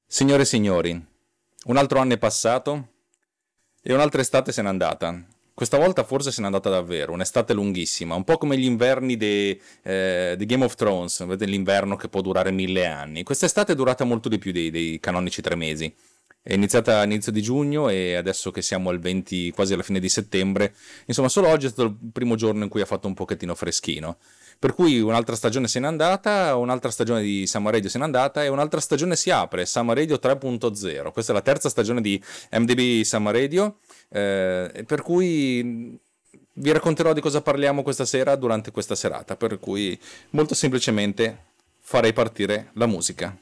Signore e signori, un altro anno è passato e un'altra estate se n'è andata. Questa volta forse se n'è andata davvero, un'estate lunghissima, un po' come gli inverni di Game of Thrones, vedete l'inverno che può durare 1000 anni. Quest'estate è durata molto di più dei canonici 3 mesi. È iniziata all'inizio di giugno e adesso che siamo al 20, quasi alla fine di settembre, insomma solo oggi è stato il primo giorno in cui ha fatto un pochettino freschino. Per cui un'altra stagione se n'è andata, un'altra stagione di Summer Radio se n'è andata e un'altra stagione si apre, Summer Radio 3.0. Questa è la terza stagione di MDB Summer Radio, per cui vi racconterò di cosa parliamo questa sera durante questa serata, per cui molto semplicemente farei partire la musica.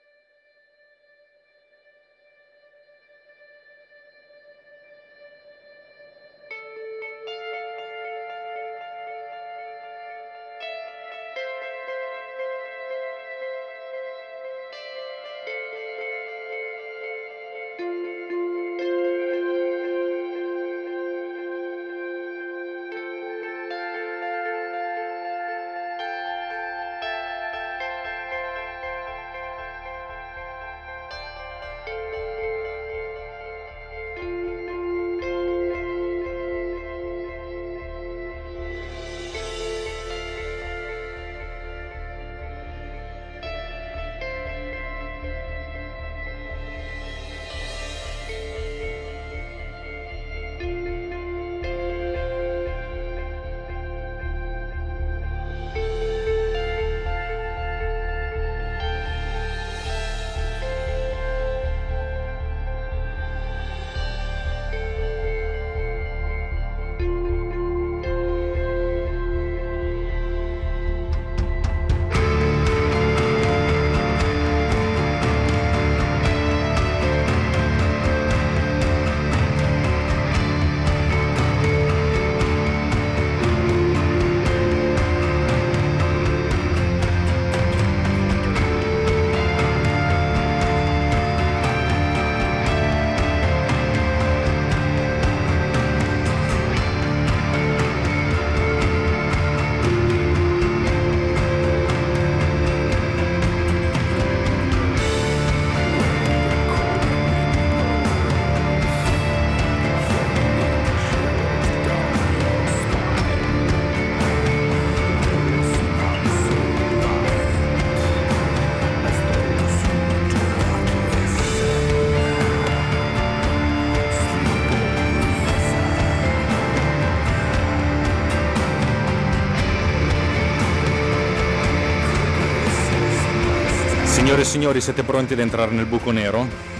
Signore e signori, siete pronti ad entrare nel buco nero?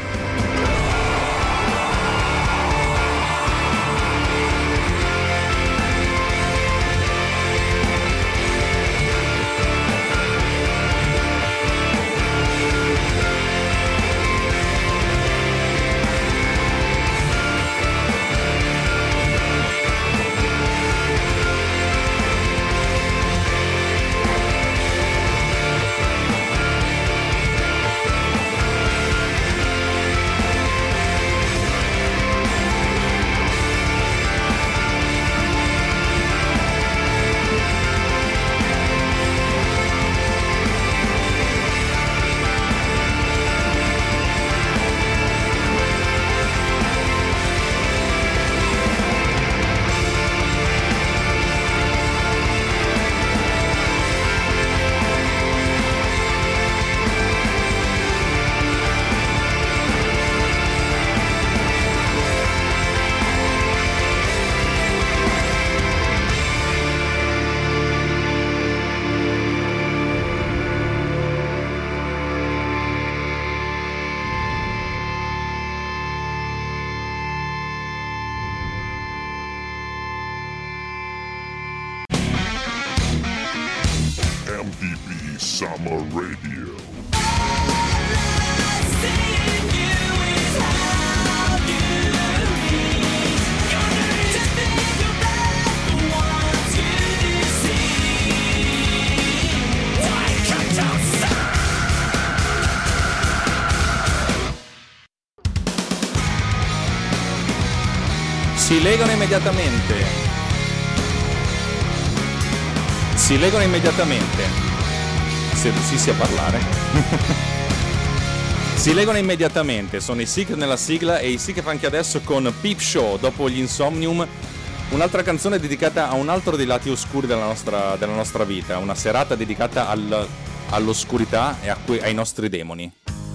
MDB Summer Radio. Si legano immediatamente. Si legano immediatamente. Se riuscissi a parlare. Si legano immediatamente, sono i Sick nella sigla e i Sick anche adesso con Peep Show dopo gli Insomnium, un'altra canzone dedicata a un altro dei lati oscuri della nostra vita, una serata dedicata all'oscurità e ai nostri demoni.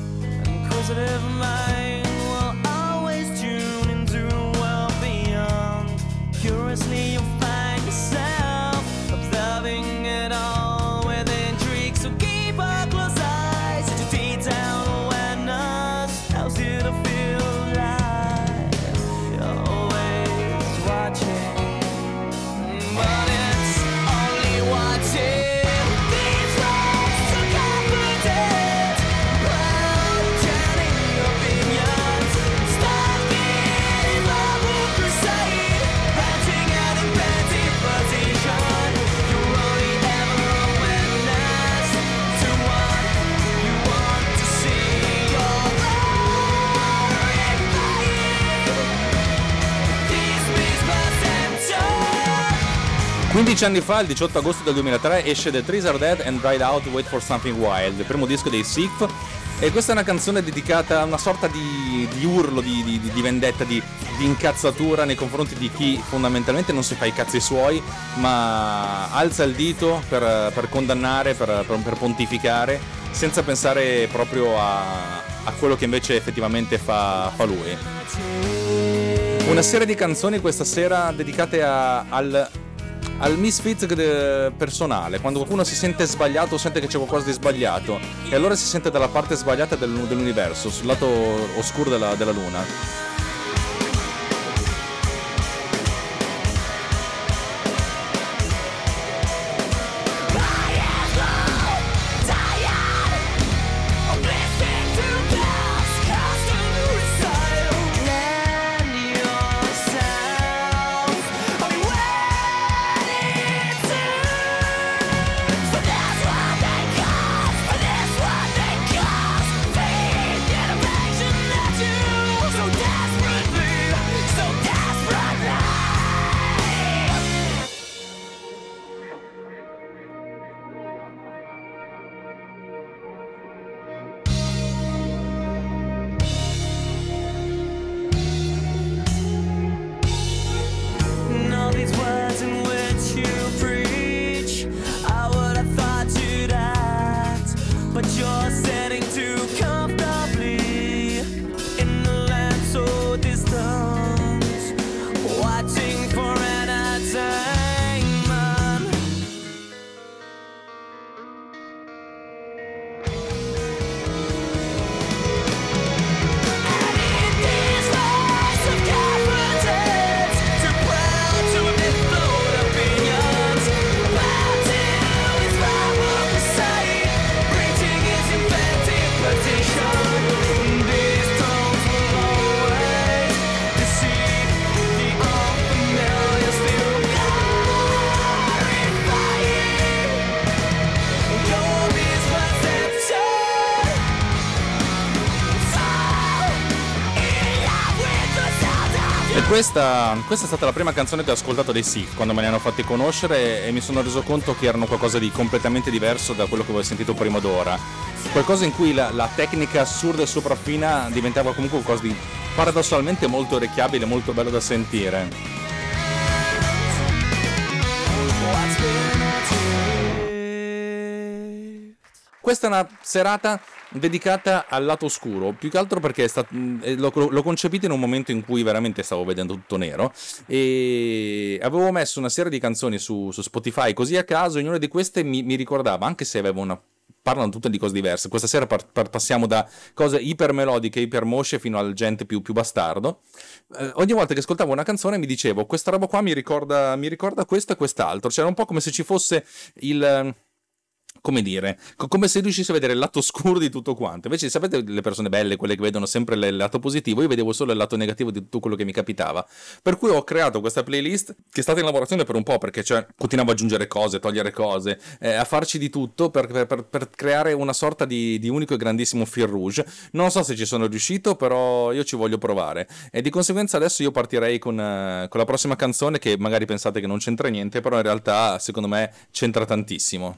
Quindici anni fa, il 18 agosto del 2003, esce The Trees Are Dead and Dried Out, Wait for Something Wild, il primo disco dei Sick, e questa è una canzone dedicata a una sorta di urlo, di vendetta, di incazzatura nei confronti di chi fondamentalmente non si fa i cazzi suoi, ma alza il dito per condannare, per pontificare, senza pensare proprio a quello che invece effettivamente fa lui. Una serie di canzoni questa sera dedicate al misfit personale, quando qualcuno si sente sbagliato o sente che c'è qualcosa di sbagliato e allora si sente dalla parte sbagliata dell'universo, sul lato oscuro della luna. Questa è stata la prima canzone che ho ascoltato dei Sick quando me ne hanno fatti conoscere e mi sono reso conto che erano qualcosa di completamente diverso da quello che avevo sentito prima d'ora. Qualcosa in cui la tecnica assurda e sopraffina diventava comunque qualcosa di paradossalmente molto orecchiabile, molto bello da sentire. Questa è una serata dedicata al lato oscuro, più che altro perché l'ho concepito in un momento in cui veramente stavo vedendo tutto nero e avevo messo una serie di canzoni su Spotify così a caso, e ognuna di queste mi ricordava, anche se aveva parlano tutte di cose diverse. Questa sera passiamo da cose ipermelodiche, ipermosce fino al gente più bastardo. Ogni volta che ascoltavo una canzone mi dicevo questa roba qua mi ricorda questo e quest'altro, c'era un po' come se ci fosse come dire, come se riuscissi a vedere il lato oscuro di tutto quanto. Invece sapete, le persone belle, quelle che vedono sempre il lato positivo, io vedevo solo il lato negativo di tutto quello che mi capitava, per cui ho creato questa playlist che è stata in lavorazione per un po', perché continuavo ad aggiungere cose, togliere cose, a farci di tutto per creare una sorta di unico e grandissimo fil rouge. Non so se ci sono riuscito, però io ci voglio provare, e di conseguenza adesso io partirei con la prossima canzone, che magari pensate che non c'entra niente, però in realtà secondo me c'entra tantissimo.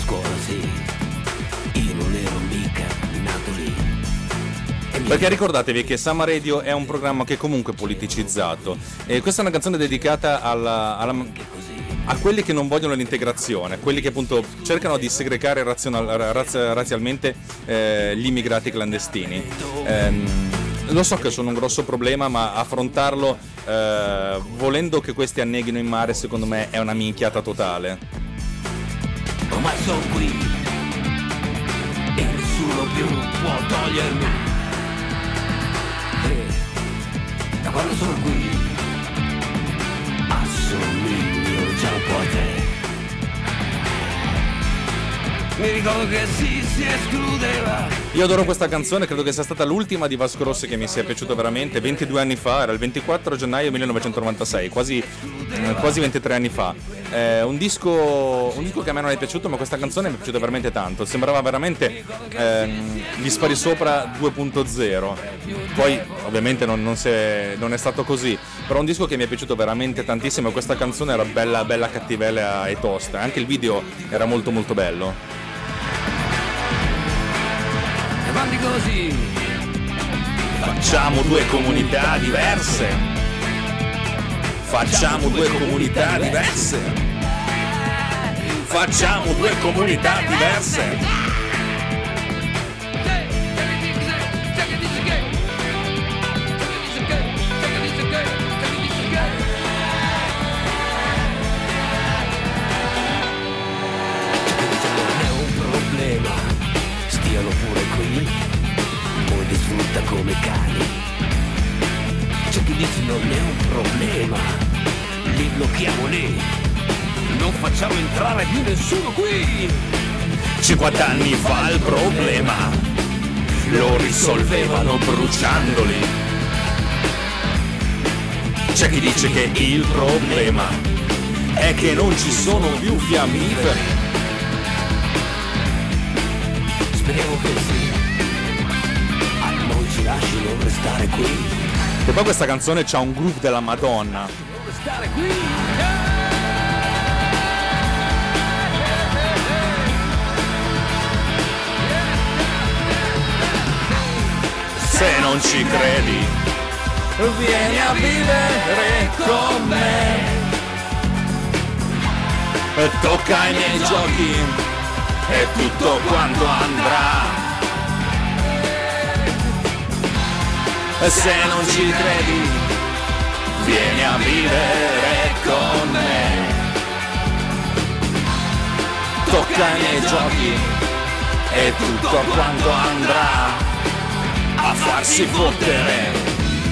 scuola, sì, io non ero mica nato lì. Perché ricordatevi che Summer Radio è un programma che comunque è politicizzato, e questa è una canzone dedicata a quelli che non vogliono l'integrazione, a quelli che appunto cercano di segregare razzialmente gli immigrati clandestini. Lo so che sono un grosso problema, ma affrontarlo volendo che questi anneghino in mare, secondo me è una minchiata totale. Ormai sono qui e nessuno più può togliermi. Da quando sono qui assomiglio già un po' a te. Mi ricordo che si escludeva. Io adoro questa canzone, credo che sia stata l'ultima di Vasco Rossi che mi sia piaciuta veramente. 22 anni fa, era il 24 gennaio 1996, quasi 23 anni fa. Un disco che a me non è piaciuto, ma questa canzone mi è piaciuta veramente tanto. Sembrava veramente gli Spari Sopra 2.0. Poi ovviamente non è stato così, però un disco che mi è piaciuto veramente tantissimo, e questa canzone era bella cattivella e tosta. Anche il video era molto molto bello. Avanti così. Facciamo due comunità diverse. Facciamo due comunità diverse. Facciamo due comunità diverse. Stiano pure qui, poi li sfrutta come cani. C'è chi dice non è un problema, li blocchiamo lì, non facciamo entrare più nessuno qui. 50 anni fa il problema lo risolvevano bruciandoli. C'è chi dice che il problema è che non ci sono più fiammiferi. Speriamo che sì, a noi ci lasciano restare qui. E poi questa canzone c'ha un groove della Madonna. Restare qui. Se non ci credi, vieni a vivere con me. Tocca ai miei giochi e tutto quanto andrà. Se non ci credi, vieni a vivere con me. Tocca ai miei giochi e tutto quanto andrà a farsi fottere.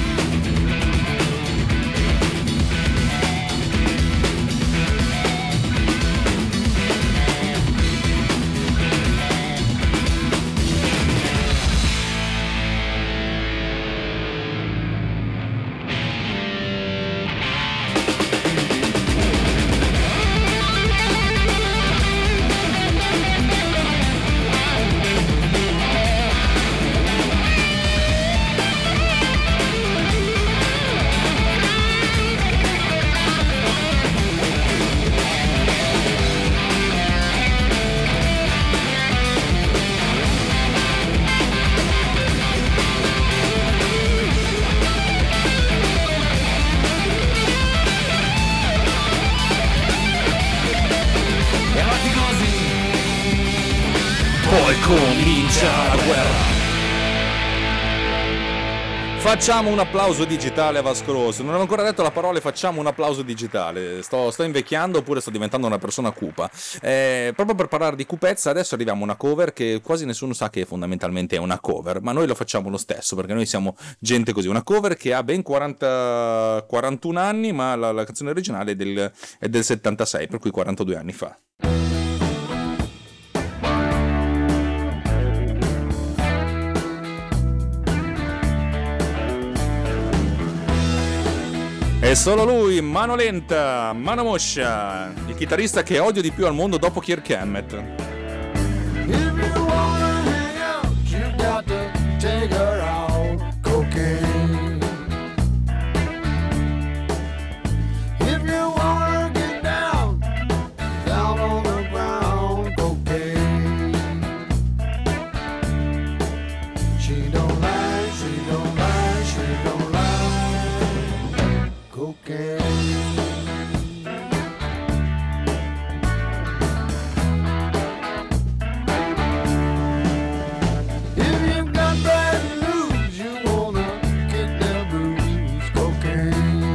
Comincia la guerra. Facciamo un applauso digitale a Vasco Rossi. Non avevo ancora detto la parola, facciamo un applauso digitale. Sto invecchiando oppure sto diventando una persona cupa. Proprio per parlare di cupezza, adesso arriviamo a una cover che quasi nessuno sa che fondamentalmente è una cover, ma noi lo facciamo lo stesso perché noi siamo gente così. Una cover che ha ben 41 anni, ma la canzone originale è del 76, per cui 42 anni fa. E solo lui, mano lenta, mano moscia, il chitarrista che odio di più al mondo dopo Kirk Hammett. If you wanna hang out, you got to take her out, cocaine. If you wanna get down on the ground, cocaine.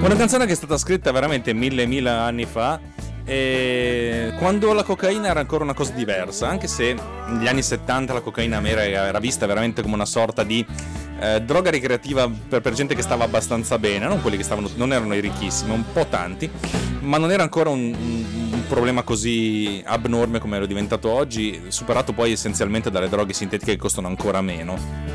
Una canzone che è stata scritta veramente mille anni fa, e quando la cocaina era ancora una cosa diversa, anche se negli anni 70 la cocaina era vista veramente come una sorta di droga ricreativa per gente che stava abbastanza bene, non quelli che non erano i ricchissimi, un po' tanti, ma non era ancora un problema così abnorme come è diventato oggi, superato poi essenzialmente dalle droghe sintetiche che costano ancora meno.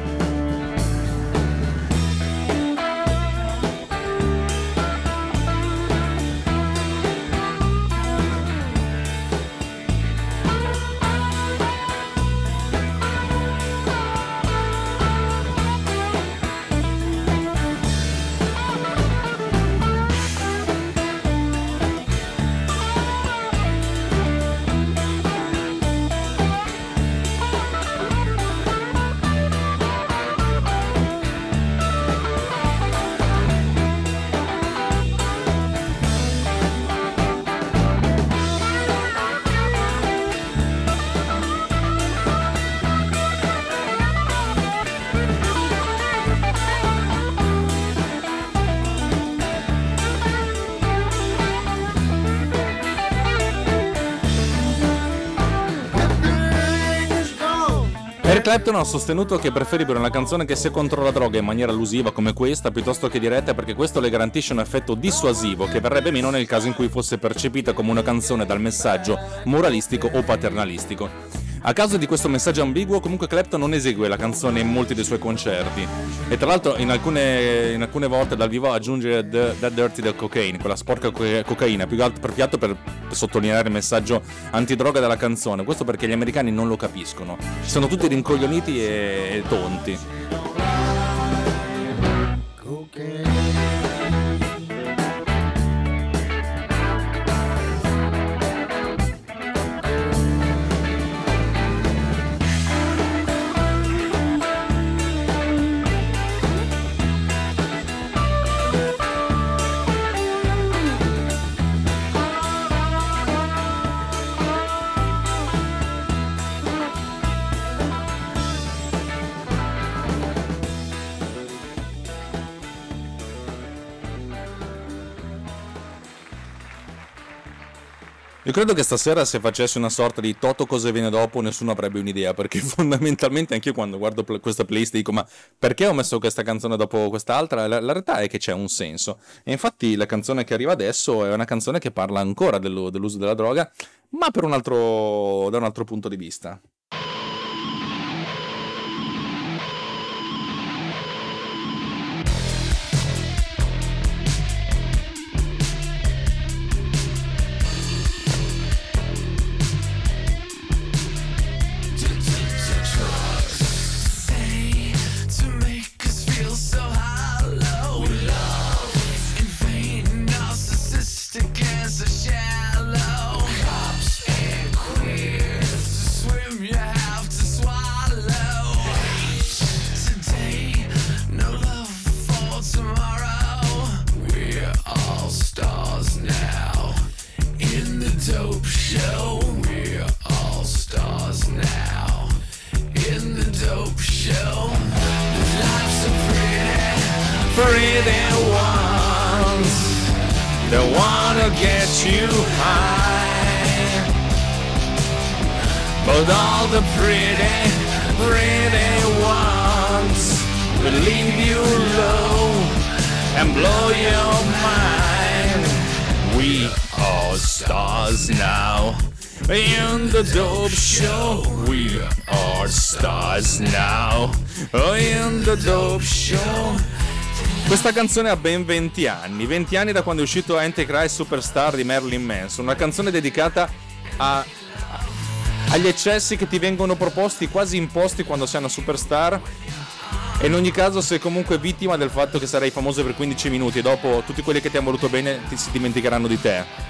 Eric Clapton ha sostenuto che è preferibile una canzone che sia contro la droga in maniera allusiva come questa piuttosto che diretta, perché questo le garantisce un effetto dissuasivo che verrebbe meno nel caso in cui fosse percepita come una canzone dal messaggio moralistico o paternalistico. A causa di questo messaggio ambiguo, comunque Clapton non esegue la canzone in molti dei suoi concerti e tra l'altro in alcune volte dal vivo aggiunge That Dirty the Cocaine, quella sporca cocaina, più che altro per sottolineare il messaggio antidroga della canzone. Questo perché gli americani non lo capiscono, sono tutti rincoglioniti e tonti. Io credo che stasera se facessi una sorta di Toto cosa viene dopo nessuno avrebbe un'idea, perché fondamentalmente anch'io quando guardo questa playlist dico ma perché ho messo questa canzone dopo quest'altra? La realtà è che c'è un senso, e infatti la canzone che arriva adesso è una canzone che parla ancora dell'uso della droga, ma da un altro punto di vista. But all the pretty ones will leave you low and blow your mind. We are stars now. In the dope show, we are stars now. In the dope show. Questa canzone ha ben 20 anni da quando è uscito Antichrist Superstar di Marilyn Manson, una canzone dedicata agli eccessi che ti vengono proposti, quasi imposti quando sei una superstar, e in ogni caso sei comunque vittima del fatto che sarai famoso per 15 minuti e dopo tutti quelli che ti hanno voluto bene si dimenticheranno di te.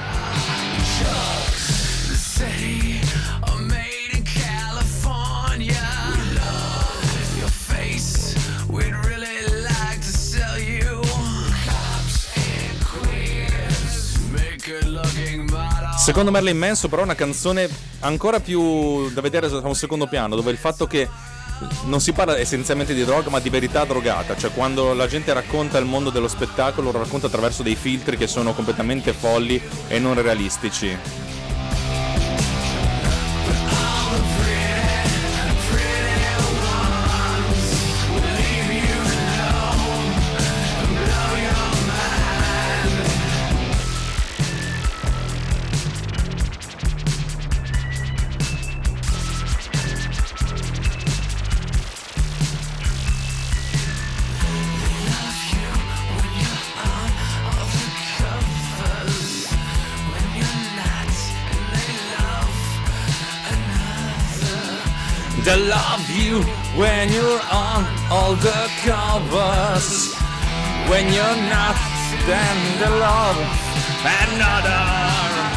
Secondo Marilyn Manson però è una canzone ancora più da vedere da un secondo piano, dove il fatto che non si parla essenzialmente di droga, ma di verità drogata, cioè quando la gente racconta il mondo dello spettacolo lo racconta attraverso dei filtri che sono completamente folli e non realistici. They love you when you're on all the covers. When you're not, then they love another.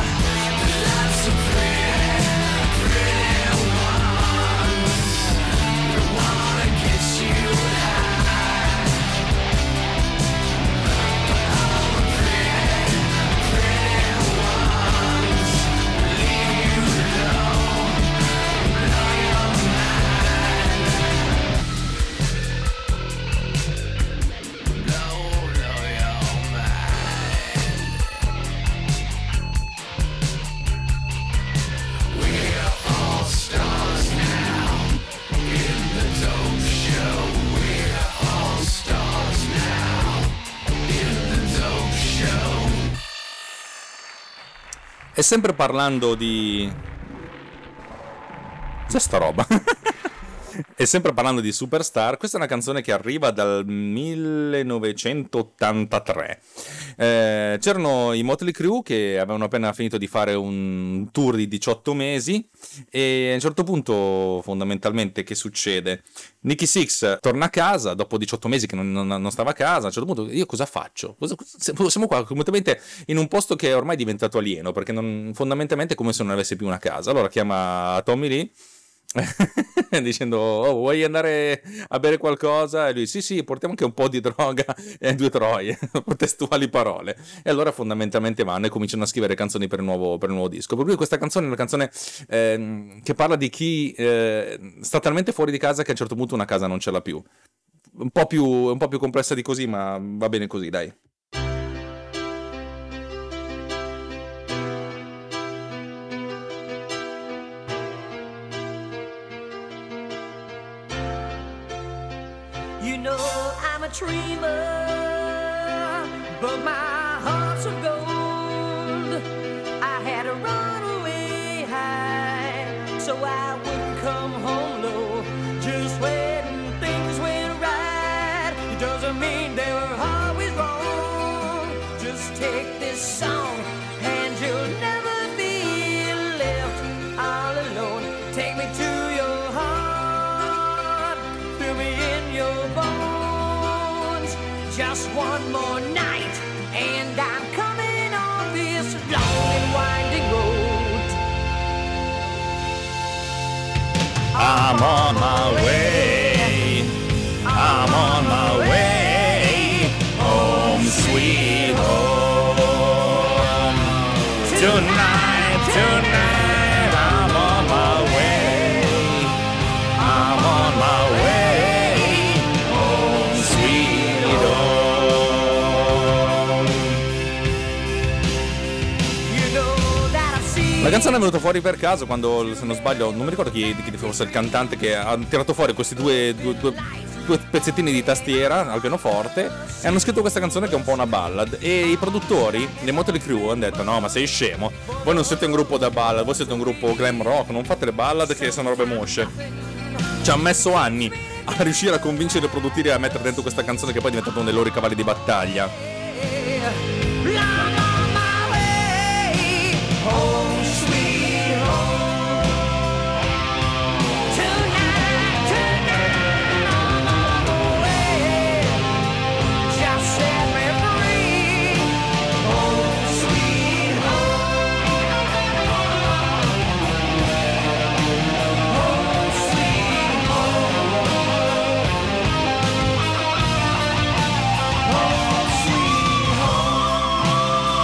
E sempre parlando di... C'è sta roba? E sempre parlando di Superstar, questa è una canzone che arriva dal 1983. C'erano i Motley Crue che avevano appena finito di fare un tour di 18 mesi e a un certo punto, fondamentalmente, che succede? Nicky Sixx torna a casa dopo 18 mesi che non stava a casa. A un certo punto, io cosa faccio? Siamo qua completamente in un posto che è ormai diventato alieno, perché fondamentalmente è come se non avesse più una casa. Allora chiama Tommy Lee dicendo: oh, vuoi andare a bere qualcosa? E lui: sì, portiamo anche un po' di droga e 2 troie. Testuali parole. E allora fondamentalmente vanno e cominciano a scrivere canzoni per il nuovo disco. Per cui questa canzone è una canzone che parla di chi sta talmente fuori di casa che a un certo punto una casa non ce l'ha più. Un po' più complessa di così, ma va bene così, dai. You know I'm a dreamer, but my heart's of gold. I had to run away high, so I wouldn't come home low. Just when things went right, it doesn't mean they were always wrong. Just take this song and you'll never be left all alone. Take me to your heart, fill me in your bones. Just one more night and I'm coming on this long and winding road. I'm on my way, I'm on my way, home sweet home. Tonight, I'm on my way, I'm on my way, home sweet home. You know that I see. La canzone è venuta fuori per caso quando, se non sbaglio, non mi ricordo chi fosse il cantante che ha tirato fuori questi due pezzettini di tastiera al pianoforte e hanno scritto questa canzone che è un po' una ballad, e i produttori dei Motley Crue hanno detto: no, ma sei scemo, voi non siete un gruppo da ballad, voi siete un gruppo glam rock, non fate le ballad che sono robe mosce. Ci ha messo anni a riuscire a convincere i produttori a mettere dentro questa canzone che poi è diventata uno dei loro cavalli di battaglia. Long on my way, home sweet home. Tonight, I'm on my way. Just set me free, home sweet home. Home sweet home. Home sweet home.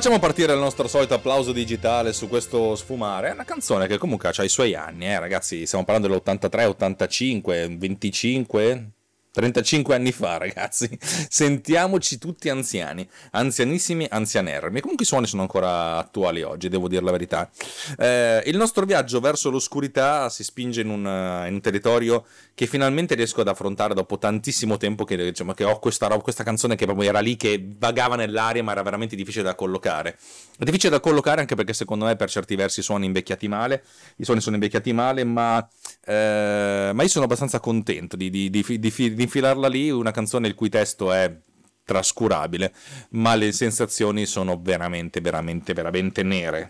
Facciamo partire il nostro solito applauso digitale su questo sfumare. È una canzone che comunque ha i suoi anni, ragazzi. Stiamo parlando dell'83, 85, 25, 35 anni fa, ragazzi. Sentiamoci tutti anziani, anzianissimi, anzianermi. Comunque i suoni sono ancora attuali oggi, devo dire la verità. Il nostro viaggio verso l'oscurità si spinge in un territorio che finalmente riesco ad affrontare dopo tantissimo tempo che, diciamo, che ho questa canzone che proprio era lì, che vagava nell'aria, ma era veramente difficile da collocare. È difficile da collocare anche perché secondo me per certi versi i suoni sono invecchiati male, ma io sono abbastanza contento di infilarla lì, una canzone il cui testo è trascurabile, ma le sensazioni sono veramente, veramente, veramente nere.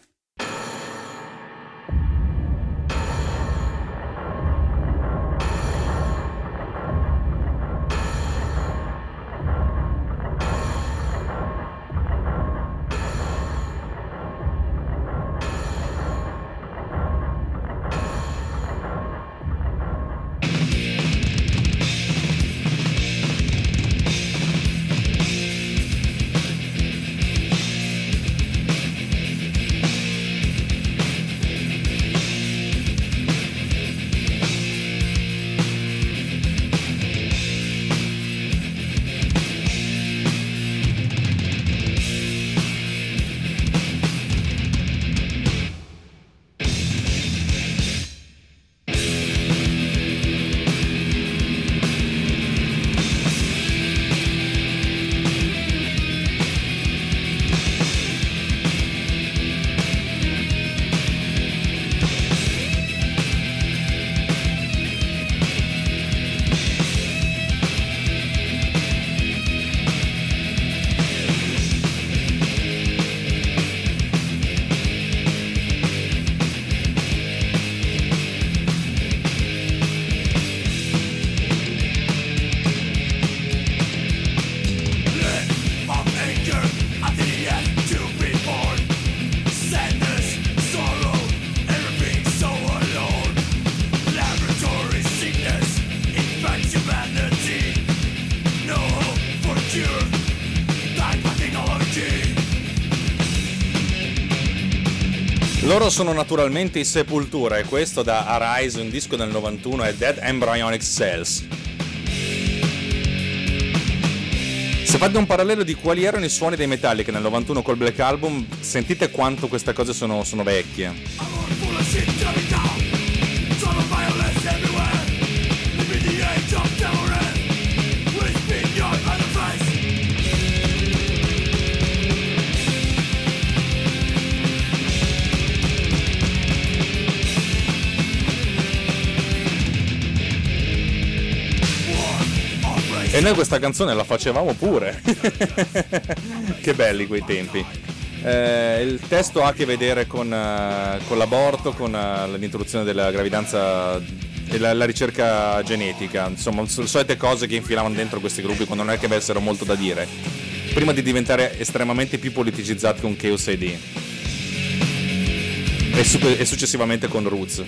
Loro sono naturalmente i Sepultura e questo da Arise, un disco del 91, è Dead Embryonic Cells. Se fate un parallelo di quali erano i suoni dei Metallica nel 91 col Black Album, sentite quanto queste cose sono vecchie. E noi questa canzone la facevamo pure. Che belli quei tempi. Il testo ha a che vedere con l'aborto, con l'interruzione della gravidanza e la ricerca genetica. Insomma, solite cose che infilavano dentro questi gruppi quando non è che avessero molto da dire, prima di diventare estremamente più politicizzati con Chaos ID e successivamente con Roots.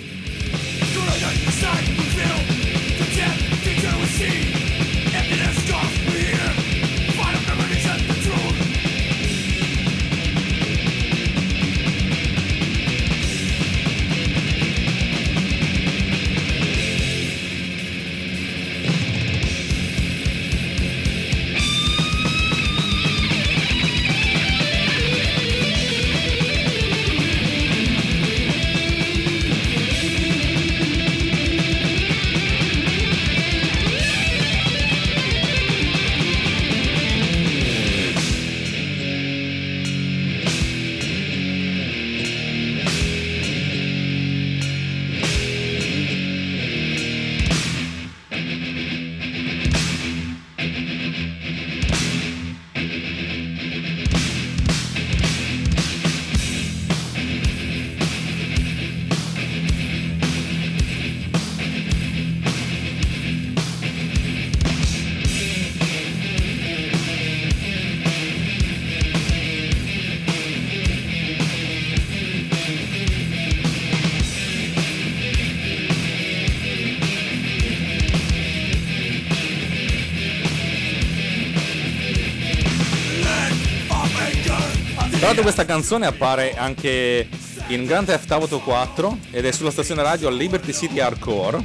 l'altro questa canzone appare anche in Grand Theft Auto 4 ed è sulla stazione radio Liberty City Hardcore,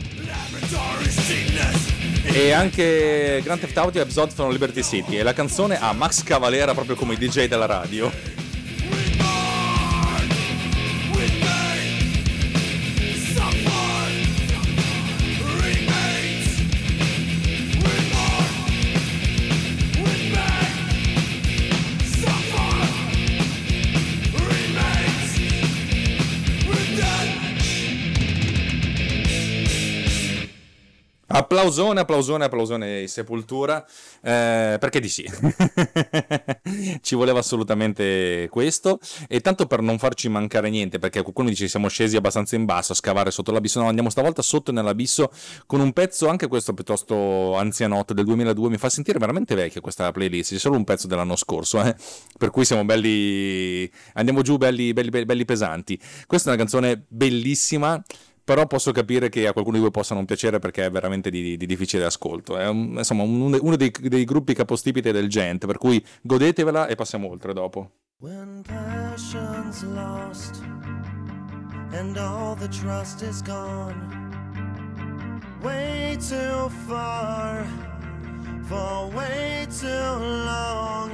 e anche Grand Theft Auto Episode from Liberty City, e la canzone ha Max Cavalera proprio come DJ della radio. Applausone Sepultura, perché di sì. Ci voleva assolutamente questo, e tanto per non farci mancare niente, perché qualcuno dice siamo scesi abbastanza in basso a scavare sotto l'abisso. No, andiamo stavolta sotto nell'abisso con un pezzo, anche questo piuttosto anzianotto, del 2002. Mi fa sentire veramente vecchia questa playlist, c'è solo un pezzo dell'anno scorso, per cui siamo belli, andiamo giù belli pesanti. Questa è una canzone bellissima, però posso capire che a qualcuno di voi possa non piacere perché è veramente di difficile ascolto. È insomma uno dei gruppi capostipite del gente, per cui godetevela e passiamo oltre dopo. When passion's lost and all the trust is gone, way too far for way too long,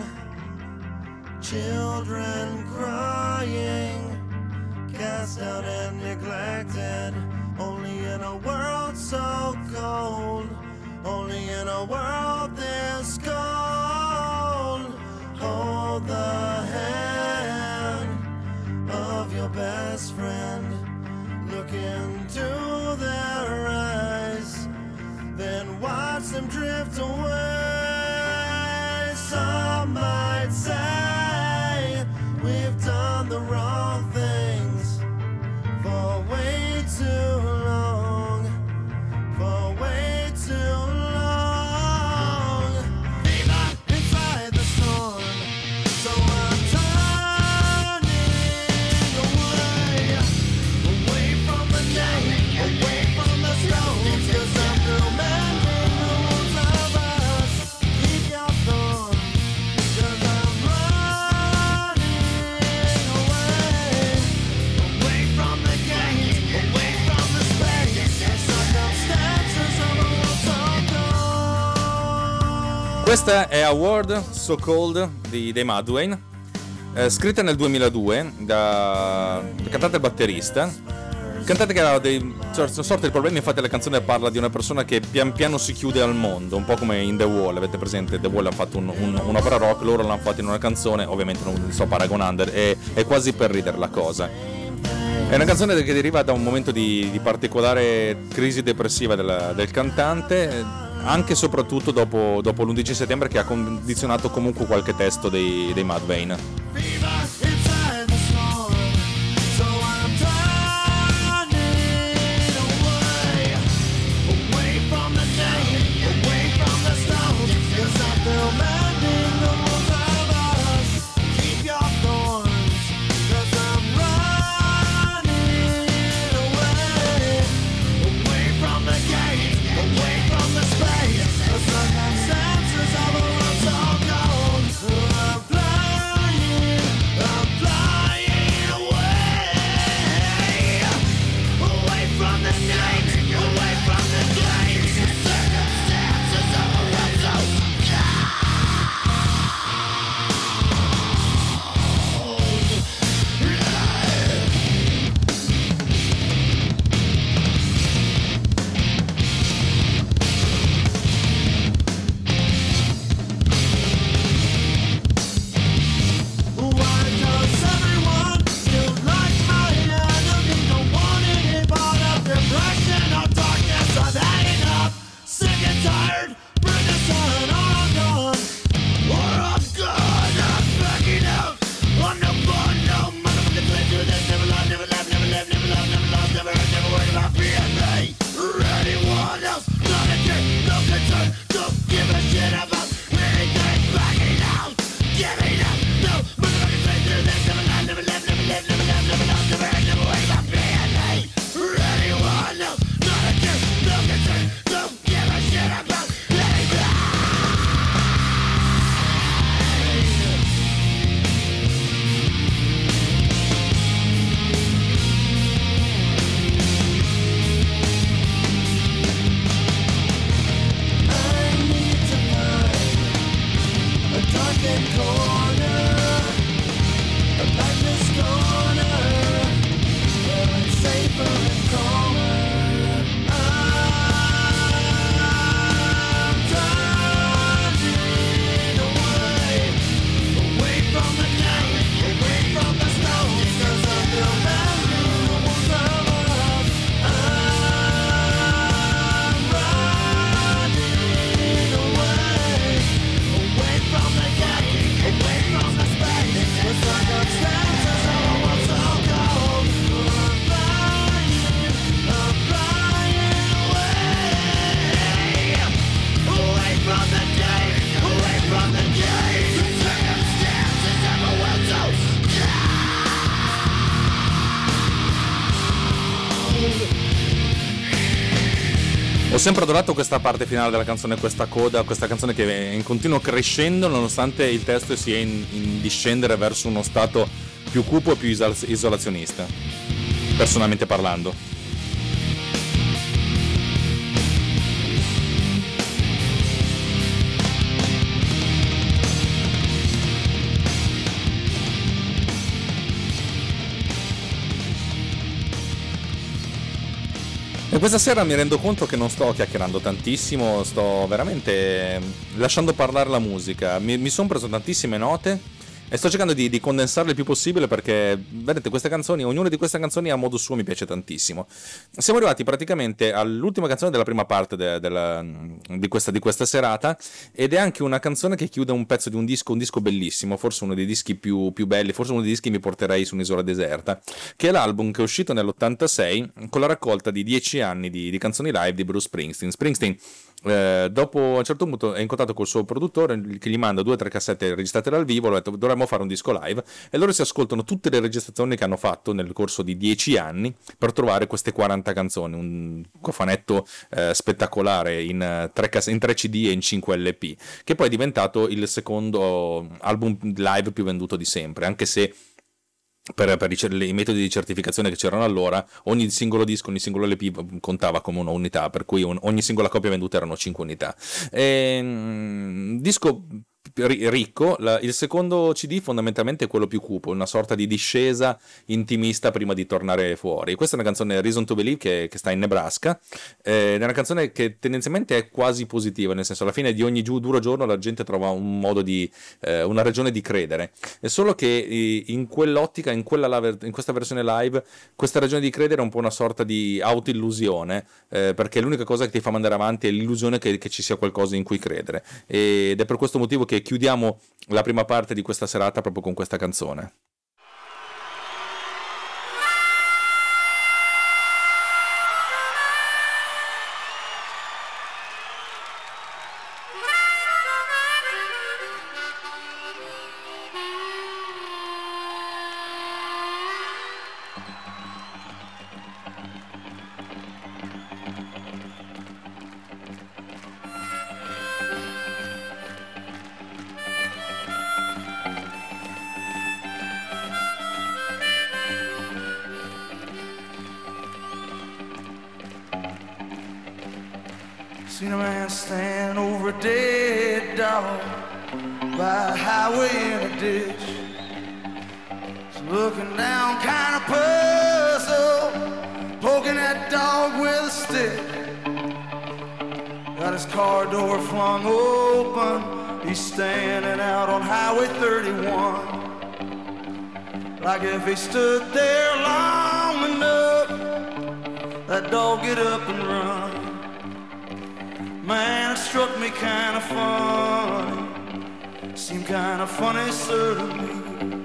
children crying, cast out and neglected, only in a world so cold, only in a world this cold. Hold the hand of your best friend, look into their eyes, then watch them drift away. Some might say we've done the wrong things for way too long, for way too long. Fever inside the storm, so I'm turning away, away from the night, away from the stones, 'cause I'm still mending the wounds of us. Keep your thorn, 'cause I'm running away, away from the gate, away from the space, the circumstances of a world so cold. Questa è A World So Cold dei Madwayne, scritta nel 2002 da cantante e batterista, cantante che aveva dei sorta di problemi. Infatti la canzone parla di una persona che pian piano si chiude al mondo, un po' come in The Wall. Avete presente? The Wall ha fatto un'opera rock, loro l'hanno fatto in una canzone, ovviamente non sto paragonando, è quasi per ridere la cosa. È una canzone che deriva da un momento di particolare crisi depressiva del cantante, anche e soprattutto dopo l'11 settembre, che ha condizionato comunque qualche testo dei Mudvayne. Fever inside the storm, so I'm turning away, away from the night, away from the stones, 'cause I'm still mending the wounds of us. Keep your thorns, 'cause I'm running away, away from the gate, away from the space, the circumstances of a world so cold. I'm flying Ho sempre adorato questa parte finale della canzone, questa coda, questa canzone che è in continuo crescendo nonostante il testo sia in discendere verso uno stato più cupo e più isolazionista, personalmente parlando. E questa sera mi rendo conto che non sto chiacchierando tantissimo, sto veramente lasciando parlare la musica. Mi sono preso tantissime note e sto cercando di condensarle il più possibile perché, vedete, queste canzoni, ognuna di queste canzoni a modo suo mi piace tantissimo. Siamo arrivati praticamente all'ultima canzone della prima parte di questa serata, ed è anche una canzone che chiude un pezzo di un disco bellissimo, forse uno dei dischi più belli, forse uno dei dischi che mi porterei su un'isola deserta, che è l'album che è uscito nell'86 con la raccolta di 10 anni di canzoni live di Bruce Springsteen. Dopo a un certo punto è in contatto col suo produttore che gli manda 2 o 3 cassette registrate dal vivo, ha detto dovremmo fare un disco live, e loro si ascoltano tutte le registrazioni che hanno fatto nel corso di 10 anni per trovare queste 40 canzoni, un cofanetto spettacolare in 3 CD e in 5 LP, che poi è diventato il secondo album live più venduto di sempre, anche se per i metodi di certificazione che c'erano allora, ogni singolo disco, ogni singolo LP contava come una unità, per cui ogni singola copia venduta erano 5 unità. Disco ricco. Il secondo CD fondamentalmente è quello più cupo, una sorta di discesa intimista prima di tornare fuori. Questa è una canzone, Reason to Believe, che sta in Nebraska, è una canzone che tendenzialmente è quasi positiva, nel senso alla fine di ogni duro giorno la gente trova un modo di una ragione di credere. È solo che in quell'ottica, in questa versione live, questa ragione di credere è un po' una sorta di autoillusione, perché l'unica cosa che ti fa mandare avanti è l'illusione che ci sia qualcosa in cui credere, ed è per questo motivo che chiudiamo la prima parte di questa serata proprio con questa canzone. Seen a man stand over a dead dog by a highway in a ditch. He's looking down, kind of puzzled, poking that dog with a stick. Got his car door flung open, he's standing out on Highway 31. Like if he stood there long enough, that dog get up and run. Man, it struck me kind of funny, seemed kind of funny, sir, to me.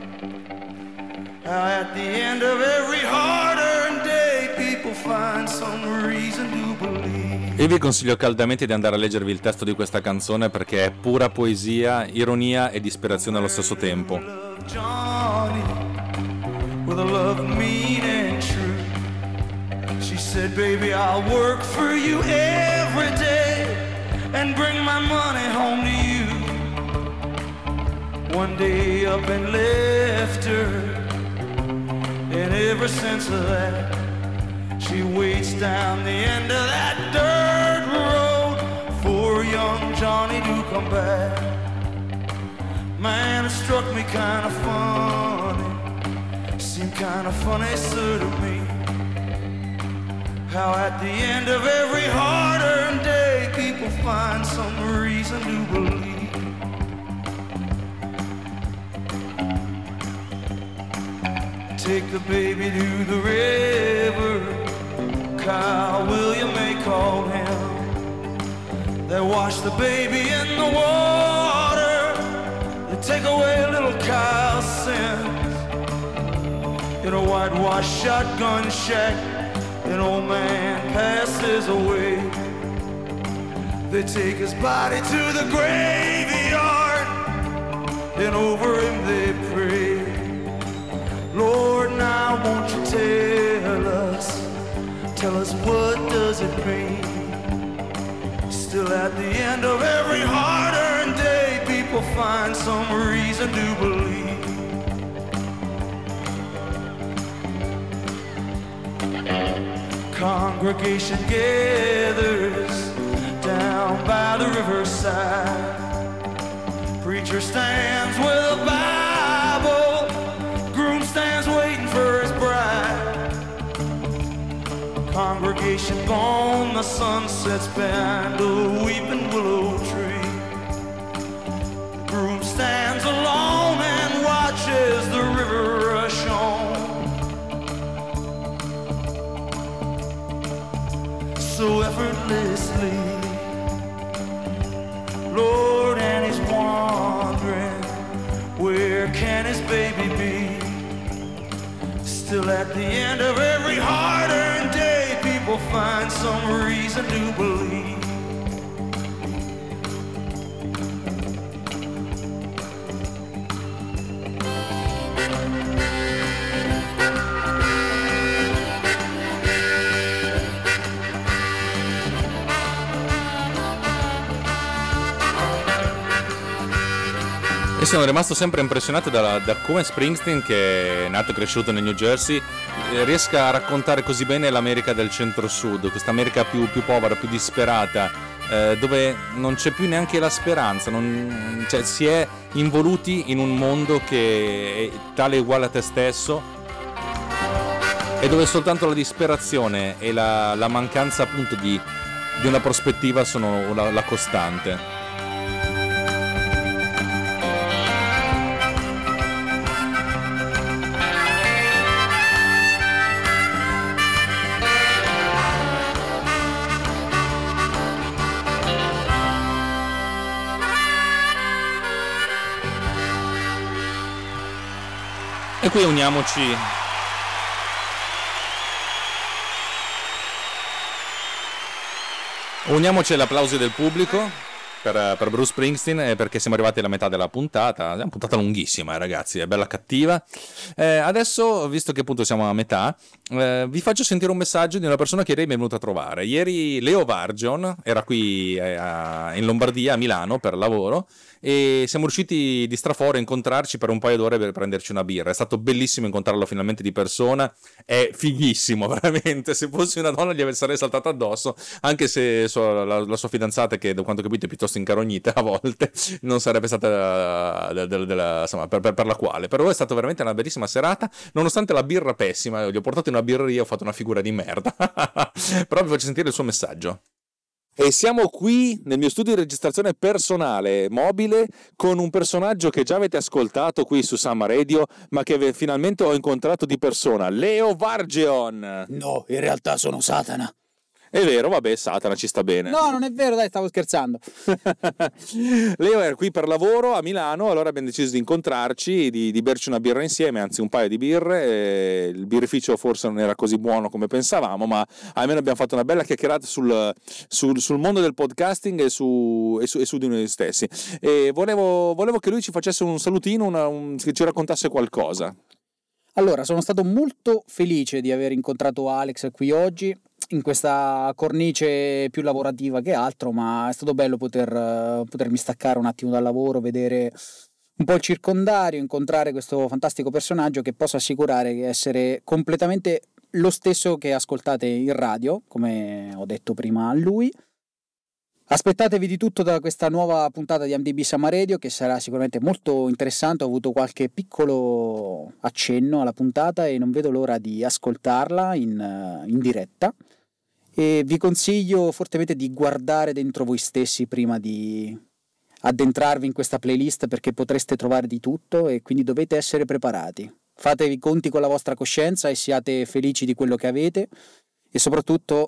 How at the end of every hard-earned day people find some reason to believe. E vi consiglio caldamente di andare a leggervi il testo di questa canzone, perché è pura poesia, ironia e disperazione allo stesso tempo. Johnny, with a love mean and true. She said, baby, I'll work for you every day and bring my money home to you. One day up and left her, and ever since of that, she waits down the end of that dirt road for young Johnny to come back. Man, it struck me kind of funny, seemed kind of funny, sir, to me. How at the end of every hard-earned day people find some reason to believe. Take the baby to the river, Kyle William they called him. They wash the baby in the water, they take away little Kyle's sins. In a whitewashed shotgun shack, an old man passes away. They take his body to the graveyard, and over him they pray. Lord, now won't you tell us Tell us, what does it mean? Still at the end of every hard-earned day, people find some reason to believe. Congregation gathers down by the riverside. Preacher stands with a Bible. Groom stands waiting for his bride. Congregation gone, the sunset's behind a weeping willow tree. Groom stands alone and watches the river rush on. So effortlessly, Lord, and he's wondering, where can his baby be? Still at the end of every hard-earned day, people find some reason to believe. E sono rimasto sempre impressionato da come Springsteen, che è nato e cresciuto nel New Jersey, riesca a raccontare così bene l'America del centro-sud, questa America più povera, più disperata, dove non c'è più neanche la speranza, cioè, si è involuti in un mondo che è tale e uguale a te stesso, e dove soltanto la disperazione e la mancanza appunto di una prospettiva sono la costante. E qui uniamoci all'applauso del pubblico per Bruce Springsteen, perché siamo arrivati alla metà della puntata. È una puntata lunghissima, ragazzi, è bella cattiva. Adesso, visto che appunto siamo a metà, vi faccio sentire un messaggio di una persona che ieri mi è venuta a trovare. Ieri Leo Vargion era qui in Lombardia, a Milano, per lavoro, e siamo riusciti di straforo a incontrarci per un paio d'ore per prenderci una birra. È stato bellissimo incontrarlo finalmente di persona, è fighissimo, veramente. Se fossi una donna gli sarei saltata addosso, anche se la sua fidanzata, che da quanto ho capito è piuttosto incarognita a volte, non sarebbe stata insomma, per la quale. Per voi è stata veramente una bellissima serata, nonostante la birra pessima. Gli ho portato in una birreria e ho fatto una figura di merda. Però vi faccio sentire il suo messaggio. E siamo qui nel mio studio di registrazione personale mobile con un personaggio che già avete ascoltato qui su Summer Radio, ma che finalmente ho incontrato di persona, Leo Vargion. No, in realtà sono Satana. È vero, vabbè, Satana ci sta bene. No, non è vero, dai, stavo scherzando. Leo era qui per lavoro a Milano, allora abbiamo deciso di incontrarci, di berci una birra insieme, anzi un paio di birre. Il birrificio forse non era così buono come pensavamo, ma almeno abbiamo fatto una bella chiacchierata sul mondo del podcasting e su di noi stessi. E volevo che lui ci facesse un salutino, che ci raccontasse qualcosa. Allora, sono stato molto felice di aver incontrato Alex qui oggi, in questa cornice più lavorativa che altro, ma è stato bello potermi staccare un attimo dal lavoro, vedere un po' il circondario, incontrare questo fantastico personaggio che posso assicurare che essere completamente lo stesso che ascoltate in radio, come ho detto prima a lui. Aspettatevi di tutto da questa nuova puntata di MDB Summer Radio, che sarà sicuramente molto interessante. Ho avuto qualche piccolo accenno alla puntata e non vedo l'ora di ascoltarla in diretta, e vi consiglio fortemente di guardare dentro voi stessi prima di addentrarvi in questa playlist, perché potreste trovare di tutto e quindi dovete essere preparati. Fatevi conti con la vostra coscienza e siate felici di quello che avete, e soprattutto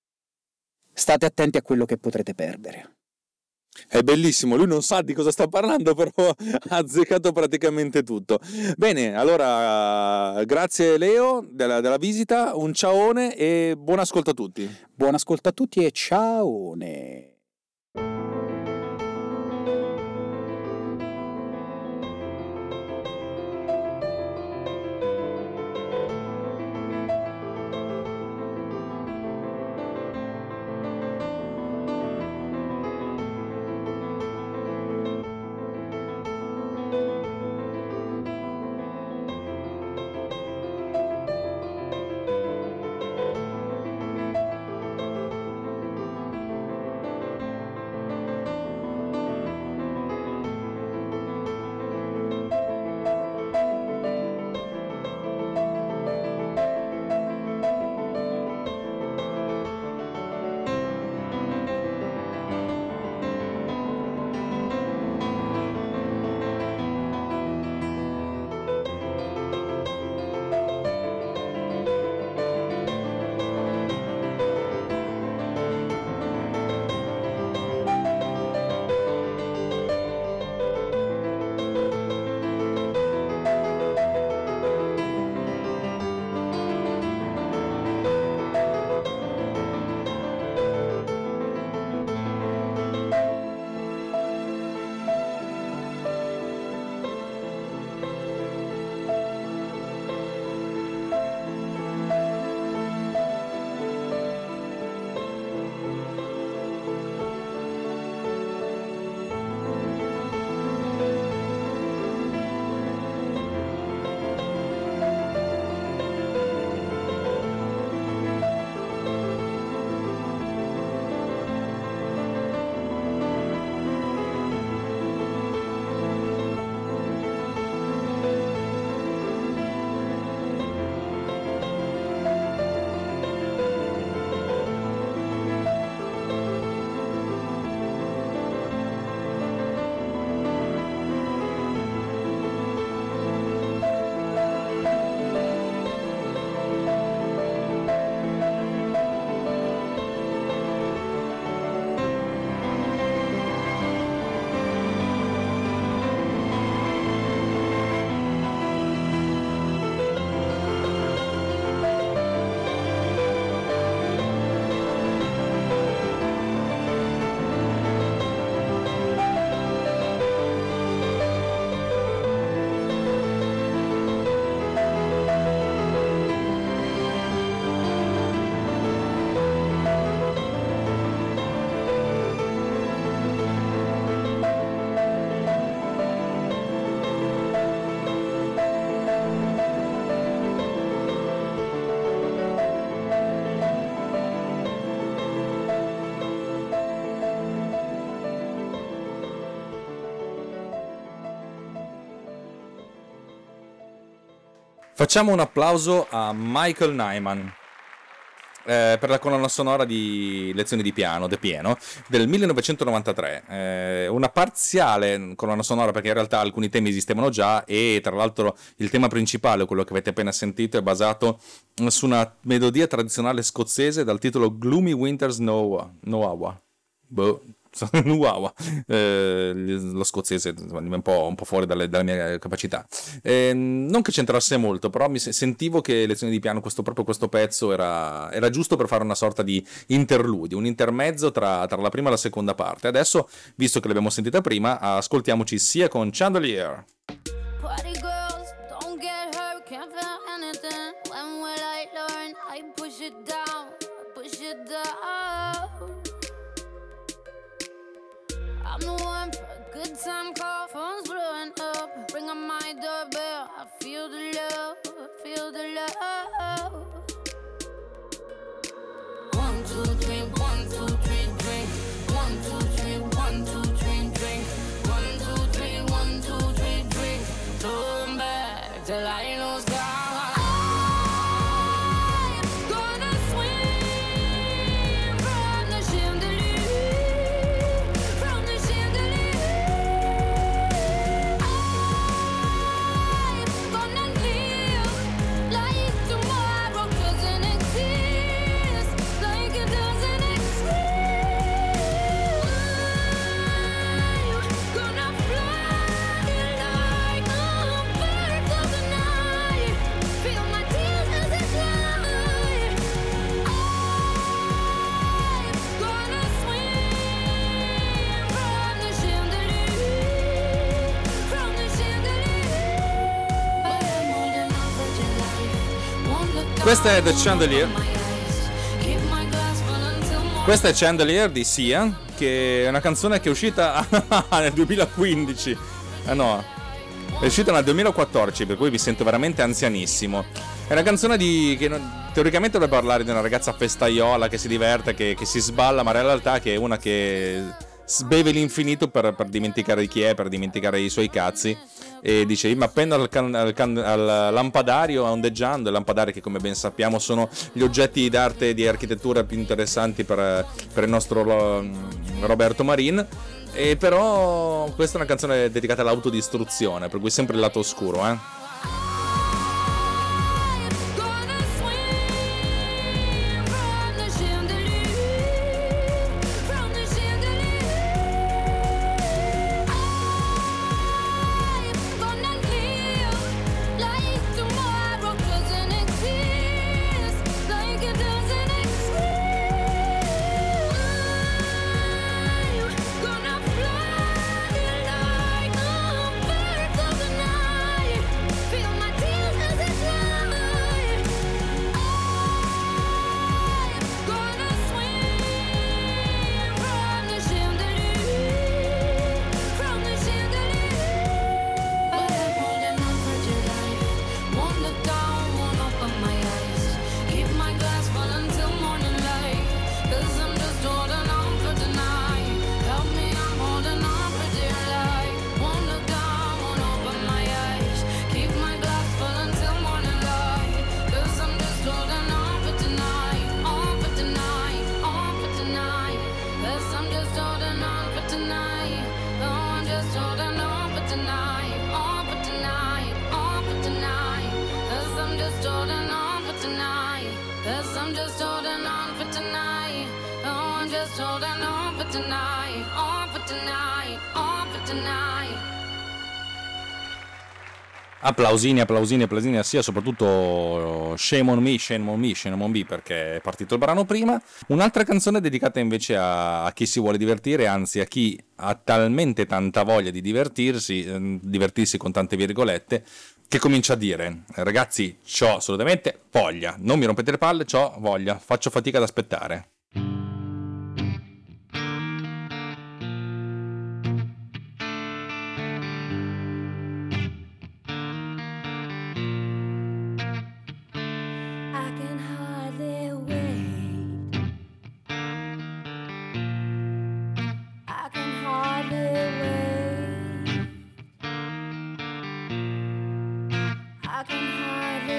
state attenti a quello che potrete perdere. È bellissimo, lui non sa di cosa sta parlando, però ha azzeccato praticamente tutto. Bene, allora grazie Leo della visita, un ciaone e buon ascolto a tutti. Buon ascolto a tutti e ciaone. Facciamo un applauso a Michael Nyman per la colonna sonora di Lezioni di piano, De Piano, del 1993. Una parziale colonna sonora, perché in realtà alcuni temi esistevano già, e tra l'altro il tema principale, quello che avete appena sentito, è basato su una melodia tradizionale scozzese dal titolo Gloomy Winter's Noawa. Nuova, lo scozzese un po' fuori dalle mie capacità, non che c'entrasse molto, però mi sentivo che Lezioni di piano, proprio questo pezzo era giusto per fare una sorta di interludio, un intermezzo tra la prima e la seconda parte. Adesso, visto che l'abbiamo sentita prima, ascoltiamoci sia con Chandelier. Party girls, don't get hurt, can't feel anything. When will I learn? I push it down, push it down. I'm the one for a good time call, phone's blowing up. Ring on my doorbell, I feel the love, I feel the love. 1, 2, 3, 1, 2, 3, drink. 1, 2, 3, 1, 2, 3, drink. 1, 2, 3, 1, 2, 3, drink. Turn back till I lose God. Questa è The Chandelier. Questa è Chandelier di Sia, che è una canzone che è uscita nel 2015. No, è uscita nel 2014, per cui mi sento veramente anzianissimo. È una canzone che teoricamente dovrebbe parlare di una ragazza festaiola che si diverte, che si sballa, ma in realtà che è una che sbeve l'infinito per dimenticare di chi è, per dimenticare i suoi cazzi. E dice: ma appena al lampadario ondeggiando, i lampadari che, come ben sappiamo, sono gli oggetti d'arte e di architettura più interessanti per il nostro Roberto Marin. E però questa è una canzone dedicata all'autodistruzione, per cui sempre il lato oscuro, Applausini a Sia, soprattutto Shame on Me, perché è partito il brano prima. Un'altra canzone dedicata invece a chi si vuole divertire, anzi a chi ha talmente tanta voglia di divertirsi con tante virgolette, che comincia a dire: ragazzi, c'ho assolutamente voglia, non mi rompete le palle, c'ho voglia, faccio fatica ad aspettare. I can hardly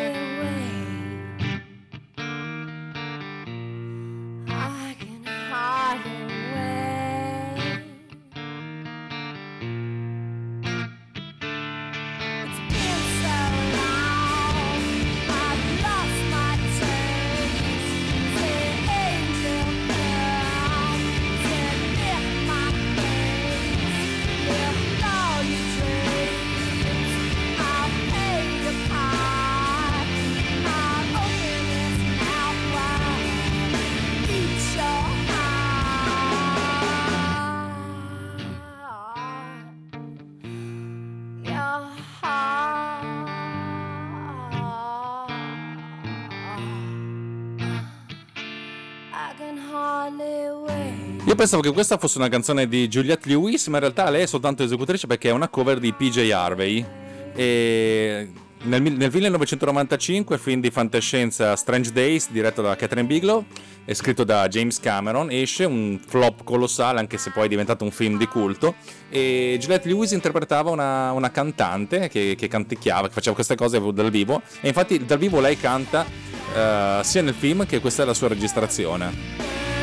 can hardly wait. Io pensavo che questa fosse una canzone di Juliette Lewis, ma in realtà lei è soltanto esecutrice perché è una cover di PJ Harvey. E nel 1995 il film di fantascienza Strange Days, diretto da Catherine Bigelow e scritto da James Cameron, esce, un flop colossale anche se poi è diventato un film di culto, e Juliette Lewis interpretava una cantante che canticchiava, che faceva queste cose dal vivo, e infatti dal vivo lei canta sia nel film che questa è la sua registrazione.